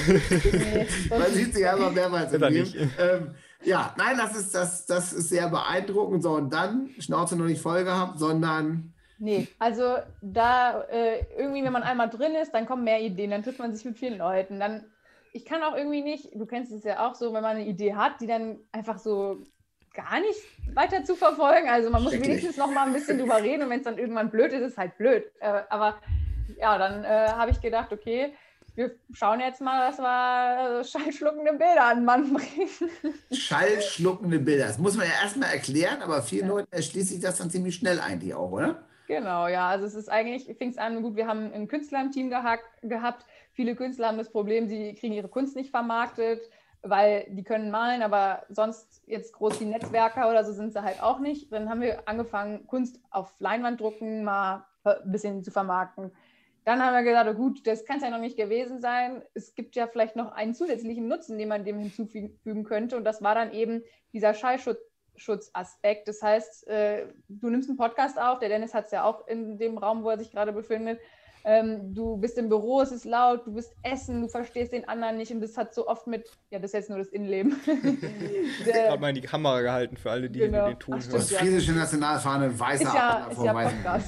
Nee, Man sieht sich einfach mehrmals im Oder Leben. nicht. Ähm, ja, nein, das ist, das, das ist sehr beeindruckend. So, und dann, Schnauze noch nicht voll gehabt, sondern Nee, also da äh, irgendwie, wenn man einmal drin ist, dann kommen mehr Ideen, dann trifft man sich mit vielen Leuten. Dann, ich kann auch irgendwie nicht, du kennst es ja auch so, wenn man eine Idee hat, die dann einfach so gar nicht weiter zu verfolgen. Also man muss Schrecklich. wenigstens noch mal ein bisschen drüber reden und wenn es dann irgendwann blöd ist, ist es halt blöd. Äh, aber ja, dann äh, habe ich gedacht, okay, wir schauen jetzt mal, dass wir äh, schallschluckende Bilder an den Mann bringen. schallschluckende Bilder. Das muss man ja erstmal erklären, aber vielen Leuten erschließt sich das dann ziemlich schnell eigentlich auch, oder? Genau, ja, also es ist eigentlich, fing es an, gut, wir haben ein Künstler im Team gehabt, gehabt. Viele Künstler haben das Problem, sie kriegen ihre Kunst nicht vermarktet, weil die können malen, aber sonst jetzt groß wie Netzwerker oder so sind sie halt auch nicht. Dann haben wir angefangen, Kunst auf Leinwand drucken, mal ein bisschen zu vermarkten. Dann haben wir gesagt, oh gut, das kann es ja noch nicht gewesen sein. Es gibt ja vielleicht noch einen zusätzlichen Nutzen, den man dem hinzufügen könnte. Und das war dann eben dieser Schallschutzaspekt. Das heißt, äh, du nimmst einen Podcast auf, der Dennis hat es ja auch in dem Raum, wo er sich gerade befindet. Ähm, du bist im Büro, es ist laut, du bist essen, du verstehst den anderen nicht und das hat so oft mit, ja, das ist jetzt nur das Innenleben. Ich habe mal in die Kamera gehalten für alle, die Genau. den Ton Ach, hören. Das friesische Nationalfahne, weißer ist ja, Abend ist vor ja weißem. Podcast.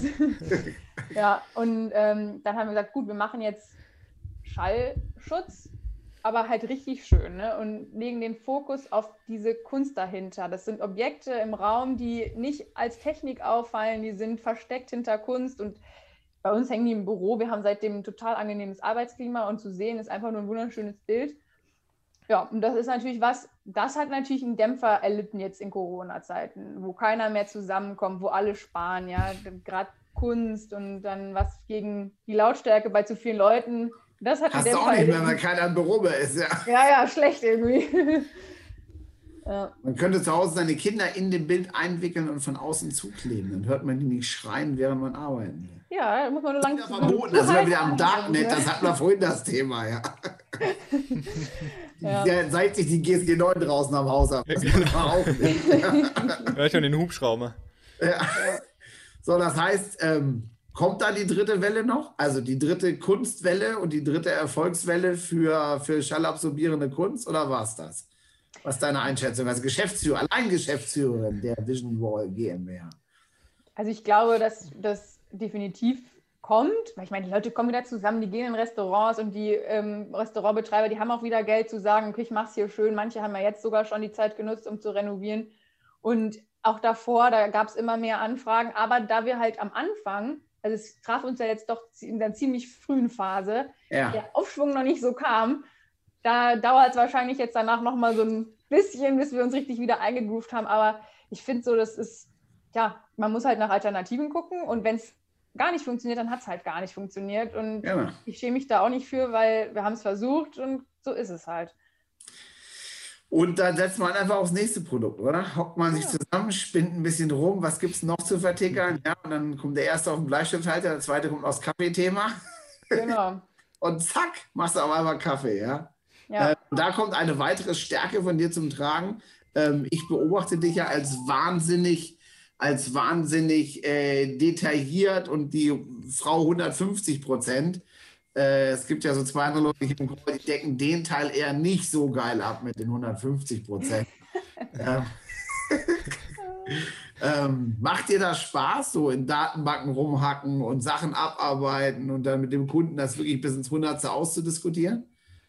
Ja, und ähm, dann haben wir gesagt, gut, wir machen jetzt Schallschutz, aber halt richtig schön, ne? Und legen den Fokus auf diese Kunst dahinter. Das sind Objekte im Raum, die nicht als Technik auffallen, die sind versteckt hinter Kunst und bei uns hängen die im Büro. Wir haben seitdem ein total angenehmes Arbeitsklima und zu sehen ist einfach nur ein wunderschönes Bild. Ja, und das ist natürlich was, das hat natürlich einen Dämpfer erlitten jetzt in Corona-Zeiten, wo keiner mehr zusammenkommt, wo alle sparen, ja, gerade Kunst und dann was gegen die Lautstärke bei zu vielen Leuten. Das hat einen Hast du Dämpfer auch nicht mehr, erlitten. weil keiner im Büro mehr ist. Ja. Ja, ja, schlecht irgendwie. Ja. Man könnte zu Hause seine Kinder in dem Bild einwickeln und von außen zukleben. Dann hört man die nicht schreien, während man arbeiten will. Ja, da muss man nur lang Ja, verboten, da sind wir wieder am Darknet, das hatten wir vorhin das Thema, ja. Ja. Ja, seit sich die G S G neun draußen am Haus haben. Das war auch nicht. Hör schon den Hubschrauber. Ja. So, das heißt, ähm, kommt da die dritte Welle noch? Also die dritte Kunstwelle und die dritte Erfolgswelle für, für schallabsorbierende Kunst oder war es das? Was ist deine Einschätzung als Geschäftsführer, allein Geschäftsführerin der Vision Wall GmbH? Also ich glaube, dass das definitiv kommt, weil ich meine, die Leute kommen wieder zusammen, die gehen in Restaurants und die ähm, Restaurantbetreiber, die haben auch wieder Geld zu sagen, okay, ich mache es hier schön. Manche haben ja jetzt sogar schon die Zeit genutzt, um zu renovieren. Und auch davor, da gab es immer mehr Anfragen. Aber da wir halt am Anfang, also es traf uns ja jetzt doch in einer ziemlich frühen Phase, Ja. der Aufschwung noch nicht so kam, da dauert es wahrscheinlich jetzt danach noch mal so ein bisschen, bis wir uns richtig wieder eingegroovt haben. Aber ich finde so, das ist, ja, man muss halt nach Alternativen gucken und wenn es gar nicht funktioniert, dann hat es halt gar nicht funktioniert. Und Ja. ich schäme mich da auch nicht für, weil wir haben es versucht und so ist es halt. Und dann setzt man einfach aufs nächste Produkt, oder? Hockt man sich Ja. zusammen, spinnt ein bisschen rum, was gibt es noch zu vertickern? Ja, und dann kommt der erste auf den Bleistifthalter, der zweite kommt aufs Kaffeethema Genau. und zack, machst du auf einmal Kaffee, ja? Ja. Äh, da kommt eine weitere Stärke von dir zum Tragen. Ähm, ich beobachte dich ja als wahnsinnig, als wahnsinnig äh, detailliert und die Frau hundertfünfzig Prozent. Äh, es gibt ja so zwei andere Leute hier im Kreuz, die decken den Teil eher nicht so geil ab mit den hundertfünfzig Prozent. ähm, ähm, macht dir das Spaß, so in Datenbanken rumhacken und Sachen abarbeiten und dann mit dem Kunden das wirklich bis ins Hundertste auszudiskutieren?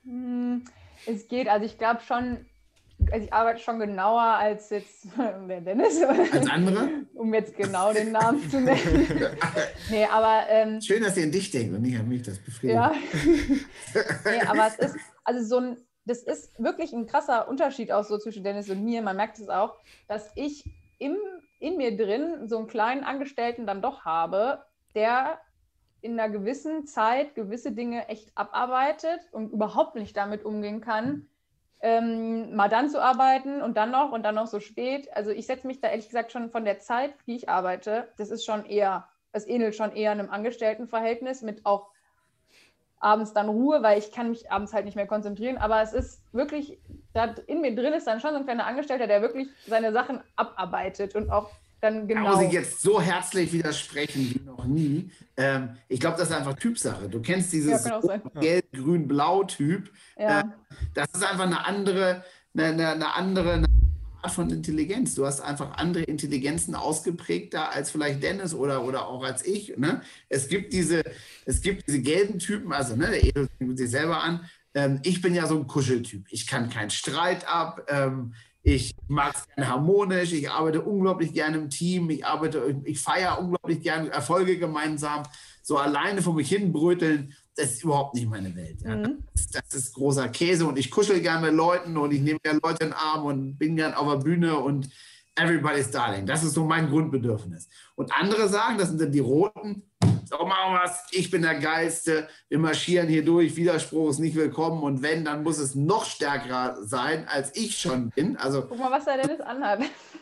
Es geht, also ich glaube schon, also ich arbeite schon genauer als jetzt der Dennis. Als andere? Um jetzt genau den Namen zu nennen. Nee, aber... Ähm, Schön, dass ihr an dich denkt und nicht an mich, das befriedigt. Ja. Nee, aber es ist, also so ein, das ist wirklich ein krasser Unterschied auch so zwischen Dennis und mir. Man merkt es auch, dass ich im, in mir drin so einen kleinen Angestellten dann doch habe, der in einer gewissen Zeit gewisse Dinge echt abarbeitet und überhaupt nicht damit umgehen kann, ähm, mal dann zu arbeiten und dann noch und dann noch so spät. Also ich setze mich da ehrlich gesagt schon von der Zeit, wie ich arbeite, das ist schon eher, es ähnelt schon eher einem Angestelltenverhältnis mit auch abends dann Ruhe, weil ich kann mich abends halt nicht mehr konzentrieren, aber es ist wirklich, da in mir drin ist dann schon so ein kleiner Angestellter, der wirklich seine Sachen abarbeitet und auch dann genau... Da muss ich jetzt so herzlich widersprechen wie noch nie. Ähm, ich glaube, das ist einfach Typsache. Du kennst dieses Ja, kann auch sein. Gelb-Grün-Blau-Typ. Ja. Äh, das ist einfach eine andere, eine, eine, eine andere eine Art von Intelligenz. Du hast einfach andere Intelligenzen ausgeprägter als vielleicht Dennis oder, oder auch als ich. Ne? Es gibt diese, es gibt diese gelben Typen, also ne, der Edel fängt sich selber an. Ähm, ich bin ja so ein Kuscheltyp. Ich kann keinen Streit ab. Ähm, Ich mag es gerne harmonisch, ich arbeite unglaublich gerne im Team, ich arbeite, ich feiere unglaublich gerne Erfolge gemeinsam. So alleine vor mich hin bröteln, das ist überhaupt nicht meine Welt. Ja. Mhm. Das, das ist großer Käse und ich kuschel gerne mit Leuten und ich nehme gerne Leute in den Arm und bin gerne auf der Bühne und everybody's darling. Das ist so mein Grundbedürfnis. Und andere sagen, das sind dann die Roten, so machen wir was, ich bin der Geilste, wir marschieren hier durch, Widerspruch ist nicht willkommen und wenn, dann muss es noch stärker sein, als ich schon bin. Also, Guck mal, was der Dennis anhat.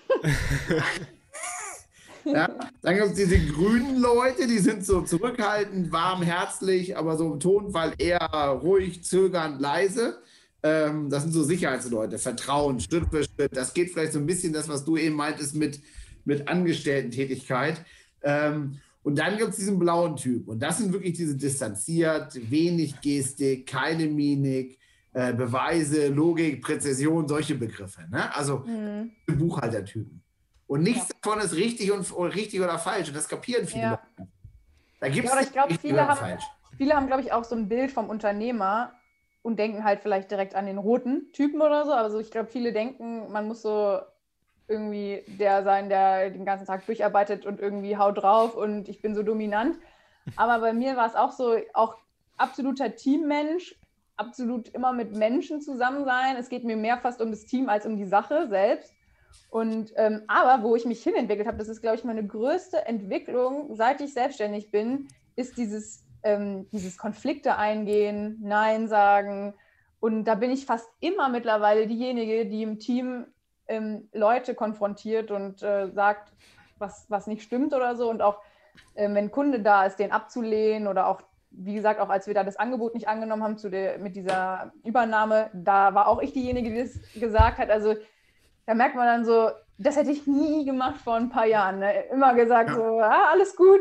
ja, dann gibt es diese grünen Leute, die sind so zurückhaltend, warm, herzlich, aber so im Tonfall eher ruhig, zögernd, leise. Ähm, das sind so Sicherheitsleute, Vertrauen, Schritt für Schritt. Das geht vielleicht so ein bisschen das, was du eben meintest mit, mit Angestellten-Tätigkeit. Ähm, Und dann gibt es diesen blauen Typ. Und das sind wirklich diese distanziert, wenig Gestik, keine Mimik, äh, Beweise, Logik, Präzision, solche Begriffe. Ne? Also Mhm. Buchhaltertypen. Und nichts Ja. davon ist richtig, und, richtig oder falsch. Und das kapieren viele Ja. Leute. Da gibt's Ja, aber ich glaube, nicht richtig viele oder haben, falsch. viele haben, glaube ich, auch so ein Bild vom Unternehmer und denken halt vielleicht direkt an den roten Typen oder so. Also ich glaube, viele denken, man muss so irgendwie der sein, der den ganzen Tag durcharbeitet und irgendwie haut drauf und ich bin so dominant. Aber bei mir war es auch so, auch absoluter Teammensch, absolut immer mit Menschen zusammen sein. Es geht mir mehr fast um das Team als um die Sache selbst. Und ähm, aber wo ich mich hinentwickelt habe, das ist, glaube ich, meine größte Entwicklung, seit ich selbstständig bin, ist dieses, ähm, dieses Konflikte eingehen, Nein sagen. Und da bin ich fast immer mittlerweile diejenige, die im Team ähm, Leute konfrontiert und äh, sagt, was, was nicht stimmt oder so. Und auch ähm, wenn ein Kunde da ist, den abzulehnen oder auch, wie gesagt, auch als wir da das Angebot nicht angenommen haben zu der, mit dieser Übernahme, da war auch ich diejenige, die das gesagt hat. Also da merkt man dann so, das hätte ich nie gemacht vor ein paar Jahren. Ne? Immer gesagt Ja. so, ah, alles gut.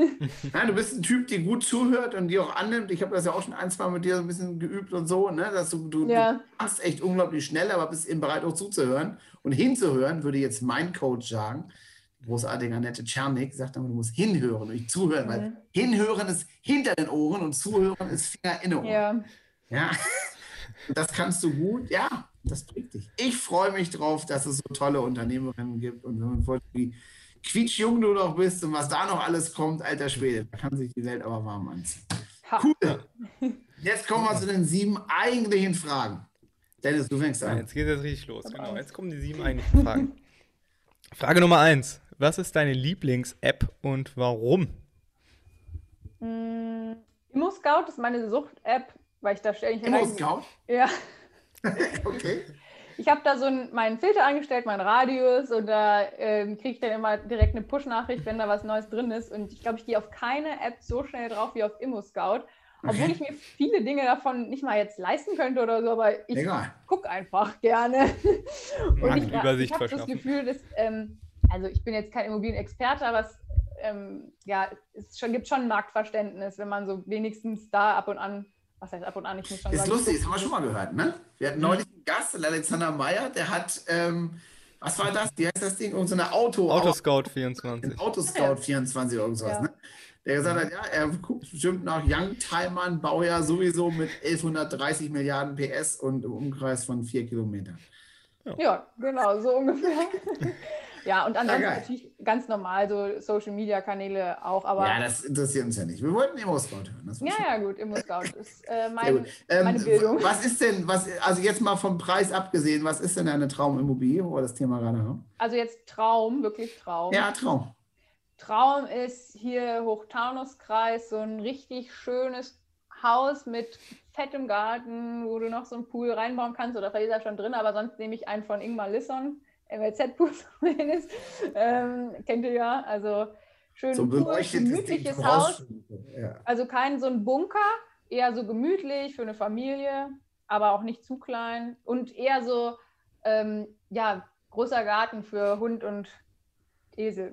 Ja, du bist ein Typ, der gut zuhört und die auch annimmt. Ich habe das ja auch schon ein, zwei Mal mit dir so ein bisschen geübt und so, ne? Dass du, du, Ja. du machst echt unglaublich schnell, aber bist eben bereit auch zuzuhören. Und hinzuhören, würde jetzt mein Coach sagen, großartige Annette Czernik, sagt immer, du musst hinhören und nicht zuhören, Mhm. weil hinhören ist hinter den Ohren und zuhören ist Finger in den Ohren. Ja. Ja. Und das kannst du gut, ja, das prägt dich. Ich freue mich drauf, dass es so tolle Unternehmerinnen gibt und wenn man vorstellt, wie quietschjung du noch bist und was da noch alles kommt, alter Schwede, da kann sich die Welt aber warm anziehen. Ha. Cool. Jetzt kommen wir zu den sieben eigentlichen Fragen. Dennis, du fängst Ja, an. jetzt geht es richtig los. Genau, jetzt kommen die sieben eigentlichen Fragen. Frage Nummer eins. Was ist deine Lieblings-App und warum? Mm, ImmoScout ist meine Sucht-App, weil ich da ständig ImmoScout? Ja. Okay. Ich habe da so einen, meinen Filter eingestellt, meinen Radius, und da ähm, kriege ich dann immer direkt eine Push-Nachricht, wenn da was Neues drin ist. Und ich glaube, ich gehe auf keine App so schnell drauf wie auf ImmoScout. Obwohl Okay. ich mir viele Dinge davon nicht mal jetzt leisten könnte oder so, aber ich Egal. gucke einfach gerne. Und Mag ich, die Übersicht ich habe das verschaffen. Gefühl, dass, ähm, also ich bin jetzt kein Immobilienexperte, aber es ähm, ja, es schon, gibt schon ein Marktverständnis, wenn man so wenigstens da ab und an, was heißt ab und an, ich muss schon Ist sagen. lustig, das haben wir schon mal gehört, ne? Wir hatten neulich einen Gast, den Alexander Meyer, der hat, ähm, was war das? Wie heißt das Ding? Irgend so eine Auto... Autoscout vierundzwanzig. Autoscout vierundzwanzig oder irgendwas, Ja. ne? Der gesagt hat, ja, er guckt bestimmt nach Youngtimern, Baujahr sowieso mit elfhundertdreißig Milliarden P S und im Umkreis von vier Kilometern. Ja, genau, so ungefähr. Ja, und ansonsten geil. natürlich ganz normal, so Social-Media-Kanäle auch, aber Ja, das interessiert uns ja nicht. Wir wollten Immo-Scout hören. Das war ja, schön. ja, gut, Immo-Scout ist äh, Sehr mein, gut. Ähm, meine Bildung. Was ist denn, was, also jetzt mal vom Preis abgesehen, was ist denn eine Traumimmobilie, wo wir das Thema gerade haben? Also jetzt Traum, wirklich Traum. Ja, Traum. Traum ist hier Hochtaunuskreis, so ein richtig schönes Haus mit fettem Garten, wo du noch so einen Pool reinbauen kannst, oder vielleicht ist er schon drin, aber sonst nehme ich einen von Ingmar Lisson, M L Z-Pool zumindest, ähm, kennt ihr ja, also schön So Pool, beleuchtetes gemütliches Ding Haus, ja. also kein so ein Bunker, eher so gemütlich für eine Familie, aber auch nicht zu klein und eher so, ähm, ja, großer Garten für Hund und Esel.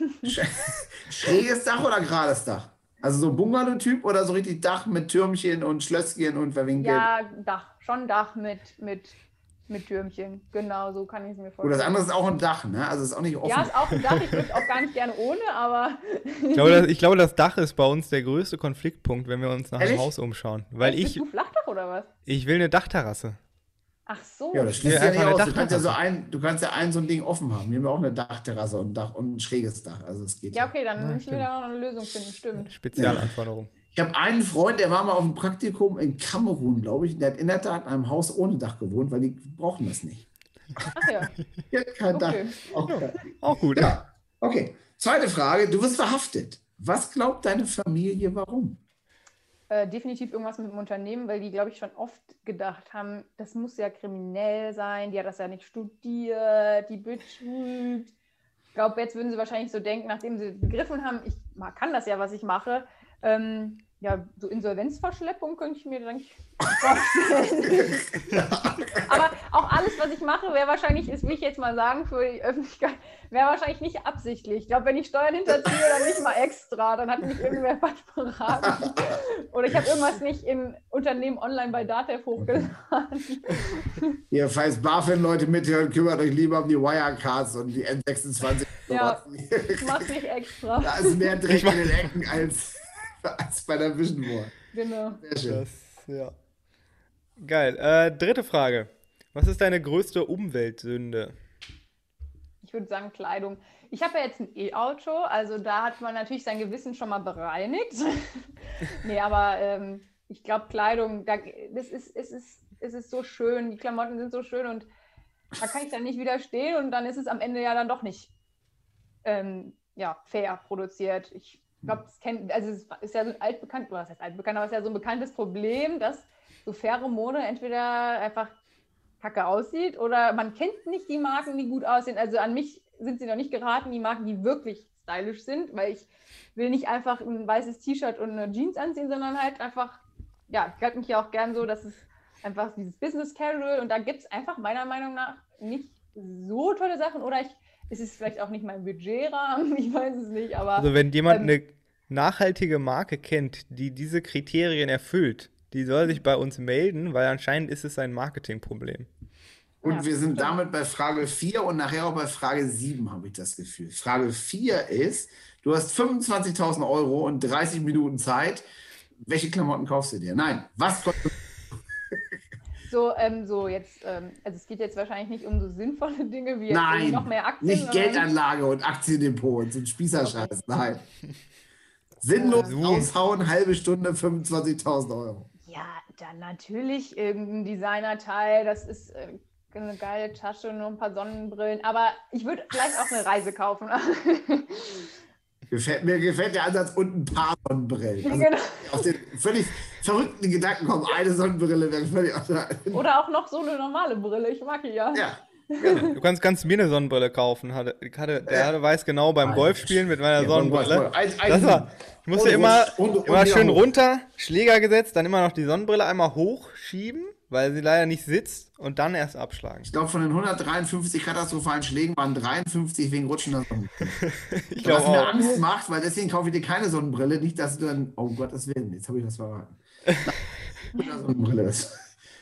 Schräges Dach oder gerades Dach? Also so Bungalow-Typ oder so richtig Dach mit Türmchen und Schlösschen und verwinkelt? Ja, Dach, schon Dach mit, mit, mit Türmchen. Genau, so kann ich es mir Gut, das vorstellen. andere ist auch ein Dach, ne? Also ist auch nicht offen. Ja, ist auch ein Dach. Ich würde auch gar nicht gerne ohne, aber Ich glaube, das, ich glaube, das Dach ist bei uns der größte Konfliktpunkt, wenn wir uns nach Ehrlich? einem Haus umschauen. Weil bist ich, du Flachdach oder was? ich will eine Dachterrasse. Ach so. Ja, das schließt Ja, ja nicht einfach eine aus. Du kannst ja, so Dachterrasse. ein, du kannst ja ein so ein Ding offen haben. Wir haben ja auch eine Dachterrasse und ein, Dach und ein schräges Dach. Also es geht Ja, okay, dann Ja, müssen wir stimmt. da noch eine Lösung finden. Stimmt. Spezialanforderung. Ich habe einen Freund, der war mal auf einem Praktikum in Kamerun, glaube ich. Der hat in der Tat in einem Haus ohne Dach gewohnt, weil die brauchen das nicht. Ach ja, Die hat kein Okay. Dach. Auch geil. Auch gut. Ja, okay. Zweite Frage. Du wirst verhaftet. Was glaubt deine Familie, warum? äh, definitiv irgendwas mit dem Unternehmen, weil die, glaube ich, schon oft gedacht haben, das muss ja kriminell sein, die hat das ja nicht studiert, die betrügt. Ich glaube, jetzt würden sie wahrscheinlich so denken, nachdem sie begriffen haben, ich ma- kann das ja, was ich mache. Ähm, ja, so Insolvenzverschleppung könnte ich mir dann nicht vorstellen. Aber auch alles, was ich mache, wäre wahrscheinlich, das will ich jetzt mal sagen für die Öffentlichkeit, wäre wahrscheinlich nicht absichtlich. Ich glaube, wenn ich Steuern hinterziehe, dann nicht mal extra. Dann hat mich irgendwer falsch beraten. Oder ich habe irgendwas nicht im Unternehmen online bei Datev hochgeladen. Ihr, falls BaFin-Leute mithören, kümmert euch lieber um die Wirecards und die N sechsundzwanzig. Ja, ich mache es nicht extra. Da ist mehr Dreck in den Ecken als, als bei der Vision Board. Genau. Sehr schön. Das, ja. Geil. Äh, dritte Frage. Was ist deine größte Umweltsünde? Ich würde sagen Kleidung. Ich habe ja jetzt ein E-Auto, also da hat man natürlich sein Gewissen schon mal bereinigt. Nee, aber ähm, ich glaube Kleidung, da, das ist, es, ist, es ist so schön, die Klamotten sind so schön und da kann ich dann nicht widerstehen und dann ist es am Ende ja dann doch nicht ähm, ja, fair produziert. Ich glaube, es kennt, also es ist ja so ein altbekannt, was heißt altbekannt, aber es ist ja so ein bekanntes Problem, dass so faire Mode entweder einfach kacke aussieht oder man kennt nicht die Marken, die gut aussehen. Also an mich sind sie noch nicht geraten, die Marken, die wirklich stylisch sind, weil ich will nicht einfach ein weißes T-Shirt und eine Jeans anziehen, sondern halt einfach, ja, ich halte mich ja auch gern so, dass es einfach dieses Business Casual und da gibt es einfach meiner Meinung nach nicht so tolle Sachen oder ich, es ist vielleicht auch nicht mein Budgetrahmen, ich weiß es nicht, aber Also wenn jemand ähm, eine nachhaltige Marke kennt, die diese Kriterien erfüllt, die soll sich bei uns melden, weil anscheinend ist es ein Marketingproblem. Und Ja, wir sind stimmt. damit bei Frage vier und nachher auch bei Frage sieben, habe ich das Gefühl. Frage vier ist, du hast fünfundzwanzigtausend Euro und dreißig Minuten Zeit. Welche Klamotten kaufst du dir? Nein, was kostet so, ähm, so jetzt, ähm, also es geht jetzt wahrscheinlich nicht um so sinnvolle Dinge wie jetzt Nein, irgendwie noch mehr Aktien. nicht sondern- Geldanlage und Aktiendepot und so ein Spießerscheiß. Nein. Sinnlos So. raushauen, halbe Stunde, fünfundzwanzigtausend Euro. Ja, dann natürlich irgendein Designerteil, das ist äh, eine geile Tasche, nur ein paar Sonnenbrillen, aber ich würde vielleicht auch eine Reise kaufen. Gefällt, mir gefällt der Ansatz und ein paar Sonnenbrillen. Also Genau. aus den völlig verrückten Gedanken kommen, eine Sonnenbrille wäre völlig. Oder auch noch so eine normale Brille, ich mag die ja. Ja, Du kannst, kannst mir eine Sonnenbrille kaufen. Hatte, hatte, der hatte, weiß genau beim Alter, Golfspielen mit meiner ja, Sonnenbrille. ein- ein- Das war, ich musste und immer, rutscht und- und immer wieder schön hoch. runter, Schläger gesetzt, dann immer noch die Sonnenbrille einmal hochschieben, weil sie leider nicht sitzt und dann erst abschlagen. Ich glaube, von den hundertdreiundfünfzig katastrophalen Schlägen waren dreiundfünfzig wegen rutschender Sonnenbrille. Ich Was glaube mir auch. Angst macht, weil deswegen kaufe ich dir keine Sonnenbrille. Nicht, dass du dann, oh Gottes Willen, jetzt habe ich was verraten. Mit der Sonnenbrille ist.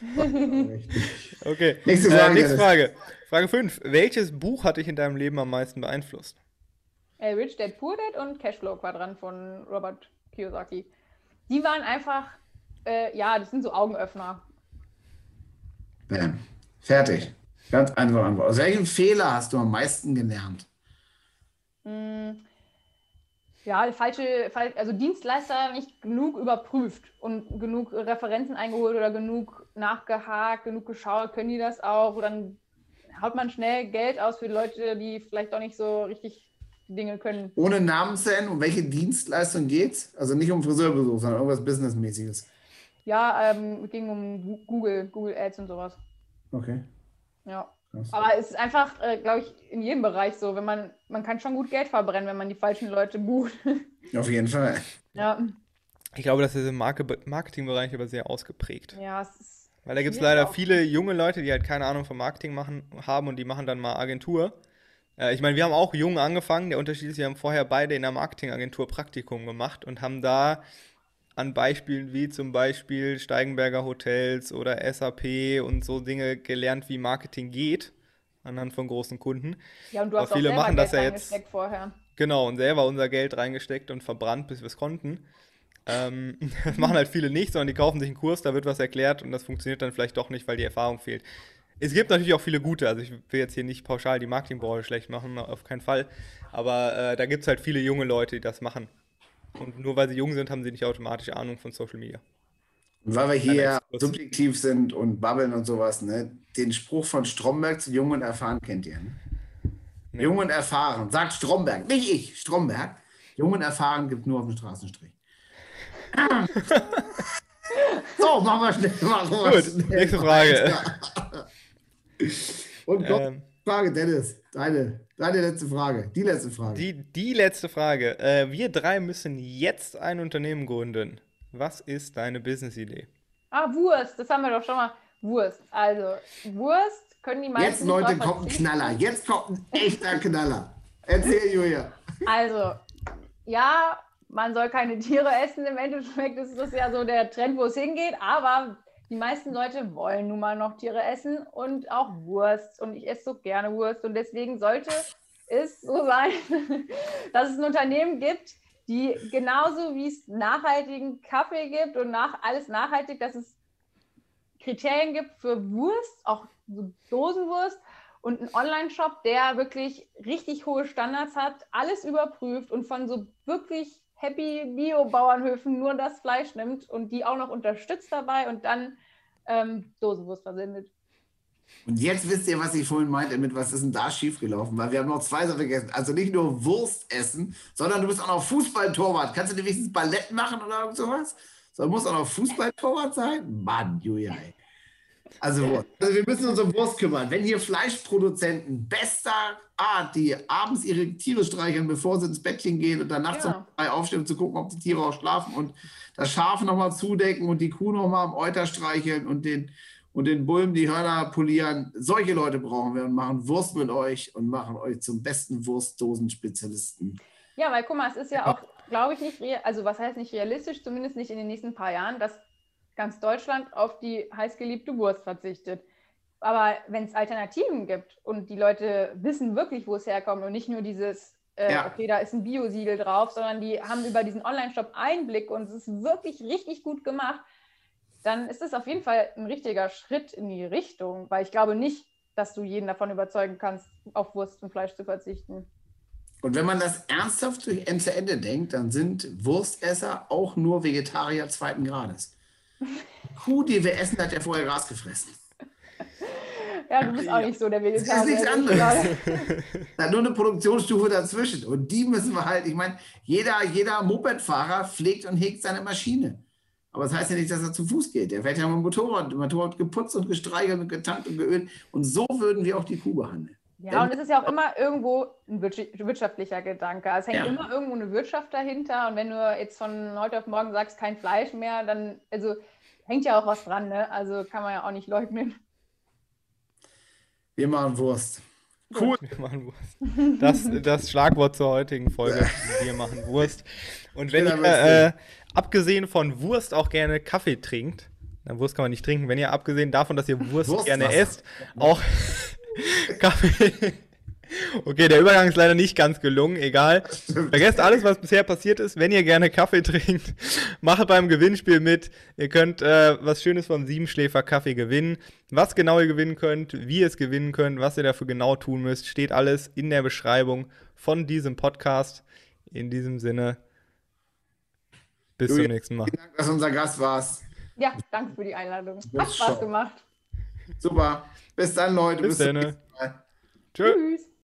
Okay. Nächste Äh, Frage. nächste Dennis. Frage. Frage fünf. Welches Buch hat dich in deinem Leben am meisten beeinflusst? Äh, Rich Dad Poor Dad und Cashflow Quadrant von Robert Kiyosaki. Die waren einfach, äh, ja, das sind so Augenöffner. Bam. Fertig. Ganz einfach Antwort. Aus welchem Fehler hast du am meisten gelernt? Mm, ja, falsche, fal- also Dienstleister nicht genug überprüft und genug Referenzen eingeholt oder genug nachgehakt, genug geschaut, können die das auch? Oder dann haut man schnell Geld aus für Leute, die vielleicht doch nicht so richtig die Dinge können. Ohne Namen zu nennen, um welche Dienstleistung geht's? Also nicht um Friseurbesuch, sondern irgendwas Businessmäßiges. Ja, ähm, ging um Gu- Google, Google Ads und sowas. Okay. Ja. Krass. Aber es ist einfach, äh, glaube ich, in jedem Bereich so, wenn man, man kann schon gut Geld verbrennen, wenn man die falschen Leute bucht. Auf jeden Fall. Ja, Ich glaube, das ist im Marke Marketingbereich aber sehr ausgeprägt. ja, es ist Weil da gibt es schwierig leider auch. viele junge Leute, die halt keine Ahnung vom Marketing machen, haben und die machen dann mal Agentur. Äh, ich meine, wir haben auch jung angefangen. Der Unterschied ist, wir haben vorher beide in der Marketingagentur Praktikum gemacht und haben da an Beispielen wie zum Beispiel Steigenberger Hotels oder S A P und so Dinge gelernt, wie Marketing geht, anhand von großen Kunden. Ja, und du Aber hast auch viele selber machen das Geld ja jetzt, reingesteckt vorher. genau, und selber unser Geld reingesteckt und verbrannt, bis wir es konnten. Ähm, das machen halt viele nicht, sondern die kaufen sich einen Kurs, da wird was erklärt und das funktioniert dann vielleicht doch nicht, weil die Erfahrung fehlt. Es gibt natürlich auch viele gute, also ich will jetzt hier nicht pauschal die Marketingbranche schlecht machen, auf keinen Fall, aber äh, da gibt es halt viele junge Leute, die das machen. Und nur weil sie jung sind, haben sie nicht automatisch Ahnung von Social Media. Und weil wir Kleiner hier Exkurs. subjektiv sind und babbeln und sowas, ne? Den Spruch von Stromberg zu Jung und Erfahren kennt ihr, ne? Nee. Jung und Erfahren, sagt Stromberg, nicht ich, Stromberg. Jung und Erfahren gibt nur auf dem Straßenstrich. So, machen wir schnell. Machen wir Gut, schnell nächste Frage. weiter. Und komm, Ähm, Frage, Dennis, deine, deine letzte Frage, die letzte Frage. die, die letzte Frage. Äh, wir drei müssen jetzt ein Unternehmen gründen. Was ist deine Business-Idee? Ah, Wurst, das haben wir doch schon mal. Wurst. Also, Wurst können die meisten Jetzt, nicht Leute, drauf kommt ein verzichten. Knaller. Jetzt kommt ein echter Knaller. Erzähl, Julia. Also, ja, man soll keine Tiere essen. Im Endeffekt ist das ja so der Trend, wo es hingeht. Aber die meisten Leute wollen nun mal noch Tiere essen und auch Wurst. Und ich esse so gerne Wurst. Und deswegen sollte es so sein, dass es ein Unternehmen gibt, die genauso wie es nachhaltigen Kaffee gibt und nach, alles nachhaltig, dass es Kriterien gibt für Wurst, auch so Dosenwurst und einen Online-Shop, der wirklich richtig hohe Standards hat, alles überprüft und von so wirklich happy Bio-Bauernhöfen nur das Fleisch nimmt und die auch noch unterstützt dabei und dann ähm, Dosenwurst versendet. Und jetzt wisst ihr, was ich vorhin meinte mit, was ist denn da schiefgelaufen? Weil wir haben noch zwei Sachen vergessen. Also nicht nur Wurst essen, sondern du bist auch noch Fußballtorwart. Kannst du dir wenigstens Ballett machen oder irgend sowas? Sondern muss auch noch Fußballtorwart sein? Mann, Julia, ey. Also, Wurst. Also wir müssen uns um Wurst kümmern. Wenn hier Fleischproduzenten bester Art, die abends ihre Tiere streicheln, bevor sie ins Bettchen gehen und dann nachts Ja. um drei aufstehen, um zu gucken, ob die Tiere auch schlafen und das Schaf nochmal zudecken und die Kuh nochmal am Euter streicheln und den, und den Bullen die Hörner polieren. Solche Leute brauchen wir und machen Wurst mit euch und machen euch zum besten Wurstdosenspezialisten. Ja, weil guck mal, es ist ja auch, glaube ich, nicht, real, also was heißt nicht realistisch, zumindest nicht in den nächsten paar Jahren, dass ganz Deutschland auf die heißgeliebte Wurst verzichtet. Aber wenn es Alternativen gibt und die Leute wissen wirklich, wo es herkommt und nicht nur dieses, äh, Ja. okay, da ist ein Biosiegel drauf, sondern die haben über diesen Online-Shop Einblick und es ist wirklich richtig gut gemacht, dann ist es auf jeden Fall ein richtiger Schritt in die Richtung, weil ich glaube nicht, dass du jeden davon überzeugen kannst, auf Wurst und Fleisch zu verzichten. Und wenn man das ernsthaft zu zu Ende denkt, dann sind Wurstesser auch nur Vegetarier zweiten Grades. Die Kuh, die wir essen, hat ja vorher Gras gefressen. Ja, du bist auch nicht so der Das ist Vegetarier. nichts ich anderes. glaube. Da hat nur eine Produktionsstufe dazwischen. Und die müssen wir halt, ich meine, jeder, jeder Mopedfahrer pflegt und hegt seine Maschine. Aber das heißt ja nicht, dass er zu Fuß geht. Der fährt ja mit dem Motorrad. Das Motorrad geputzt und gestreichelt und getankt und geölt. Und so würden wir auch die Kuh behandeln. Ja, und es ist ja auch immer irgendwo ein wirtschaft- wirtschaftlicher Gedanke. Es hängt Ja. immer irgendwo eine Wirtschaft dahinter. Und wenn du jetzt von heute auf morgen sagst, kein Fleisch mehr, dann, also, hängt ja auch was dran, ne? Also kann man ja auch nicht leugnen. Wir machen Wurst. Cool. Wir machen Wurst. Das, das Schlagwort zur heutigen Folge. Wir machen Wurst. Und wenn ihr, äh, abgesehen von Wurst, auch gerne Kaffee trinkt, na, Wurst kann man nicht trinken, wenn ihr abgesehen davon, dass ihr Wurst Wurstwasser. gerne esst, auch Kaffee. Okay, der Übergang ist leider nicht ganz gelungen, egal. Vergesst alles, was bisher passiert ist. Wenn ihr gerne Kaffee trinkt, macht beim Gewinnspiel mit. Ihr könnt äh, was Schönes vom Siebenschläfer Kaffee gewinnen. Was genau ihr gewinnen könnt, wie ihr es gewinnen könnt, was ihr dafür genau tun müsst, steht alles in der Beschreibung von diesem Podcast. In diesem Sinne, bis Julia, zum nächsten Mal. Vielen Dank, dass du unser Gast warst. Ja, danke für die Einladung. Hat Bis Spaß schon. gemacht. Super. Bis dann, Leute. Bis zum dann. nächsten Mal. Tschö. Tschüss.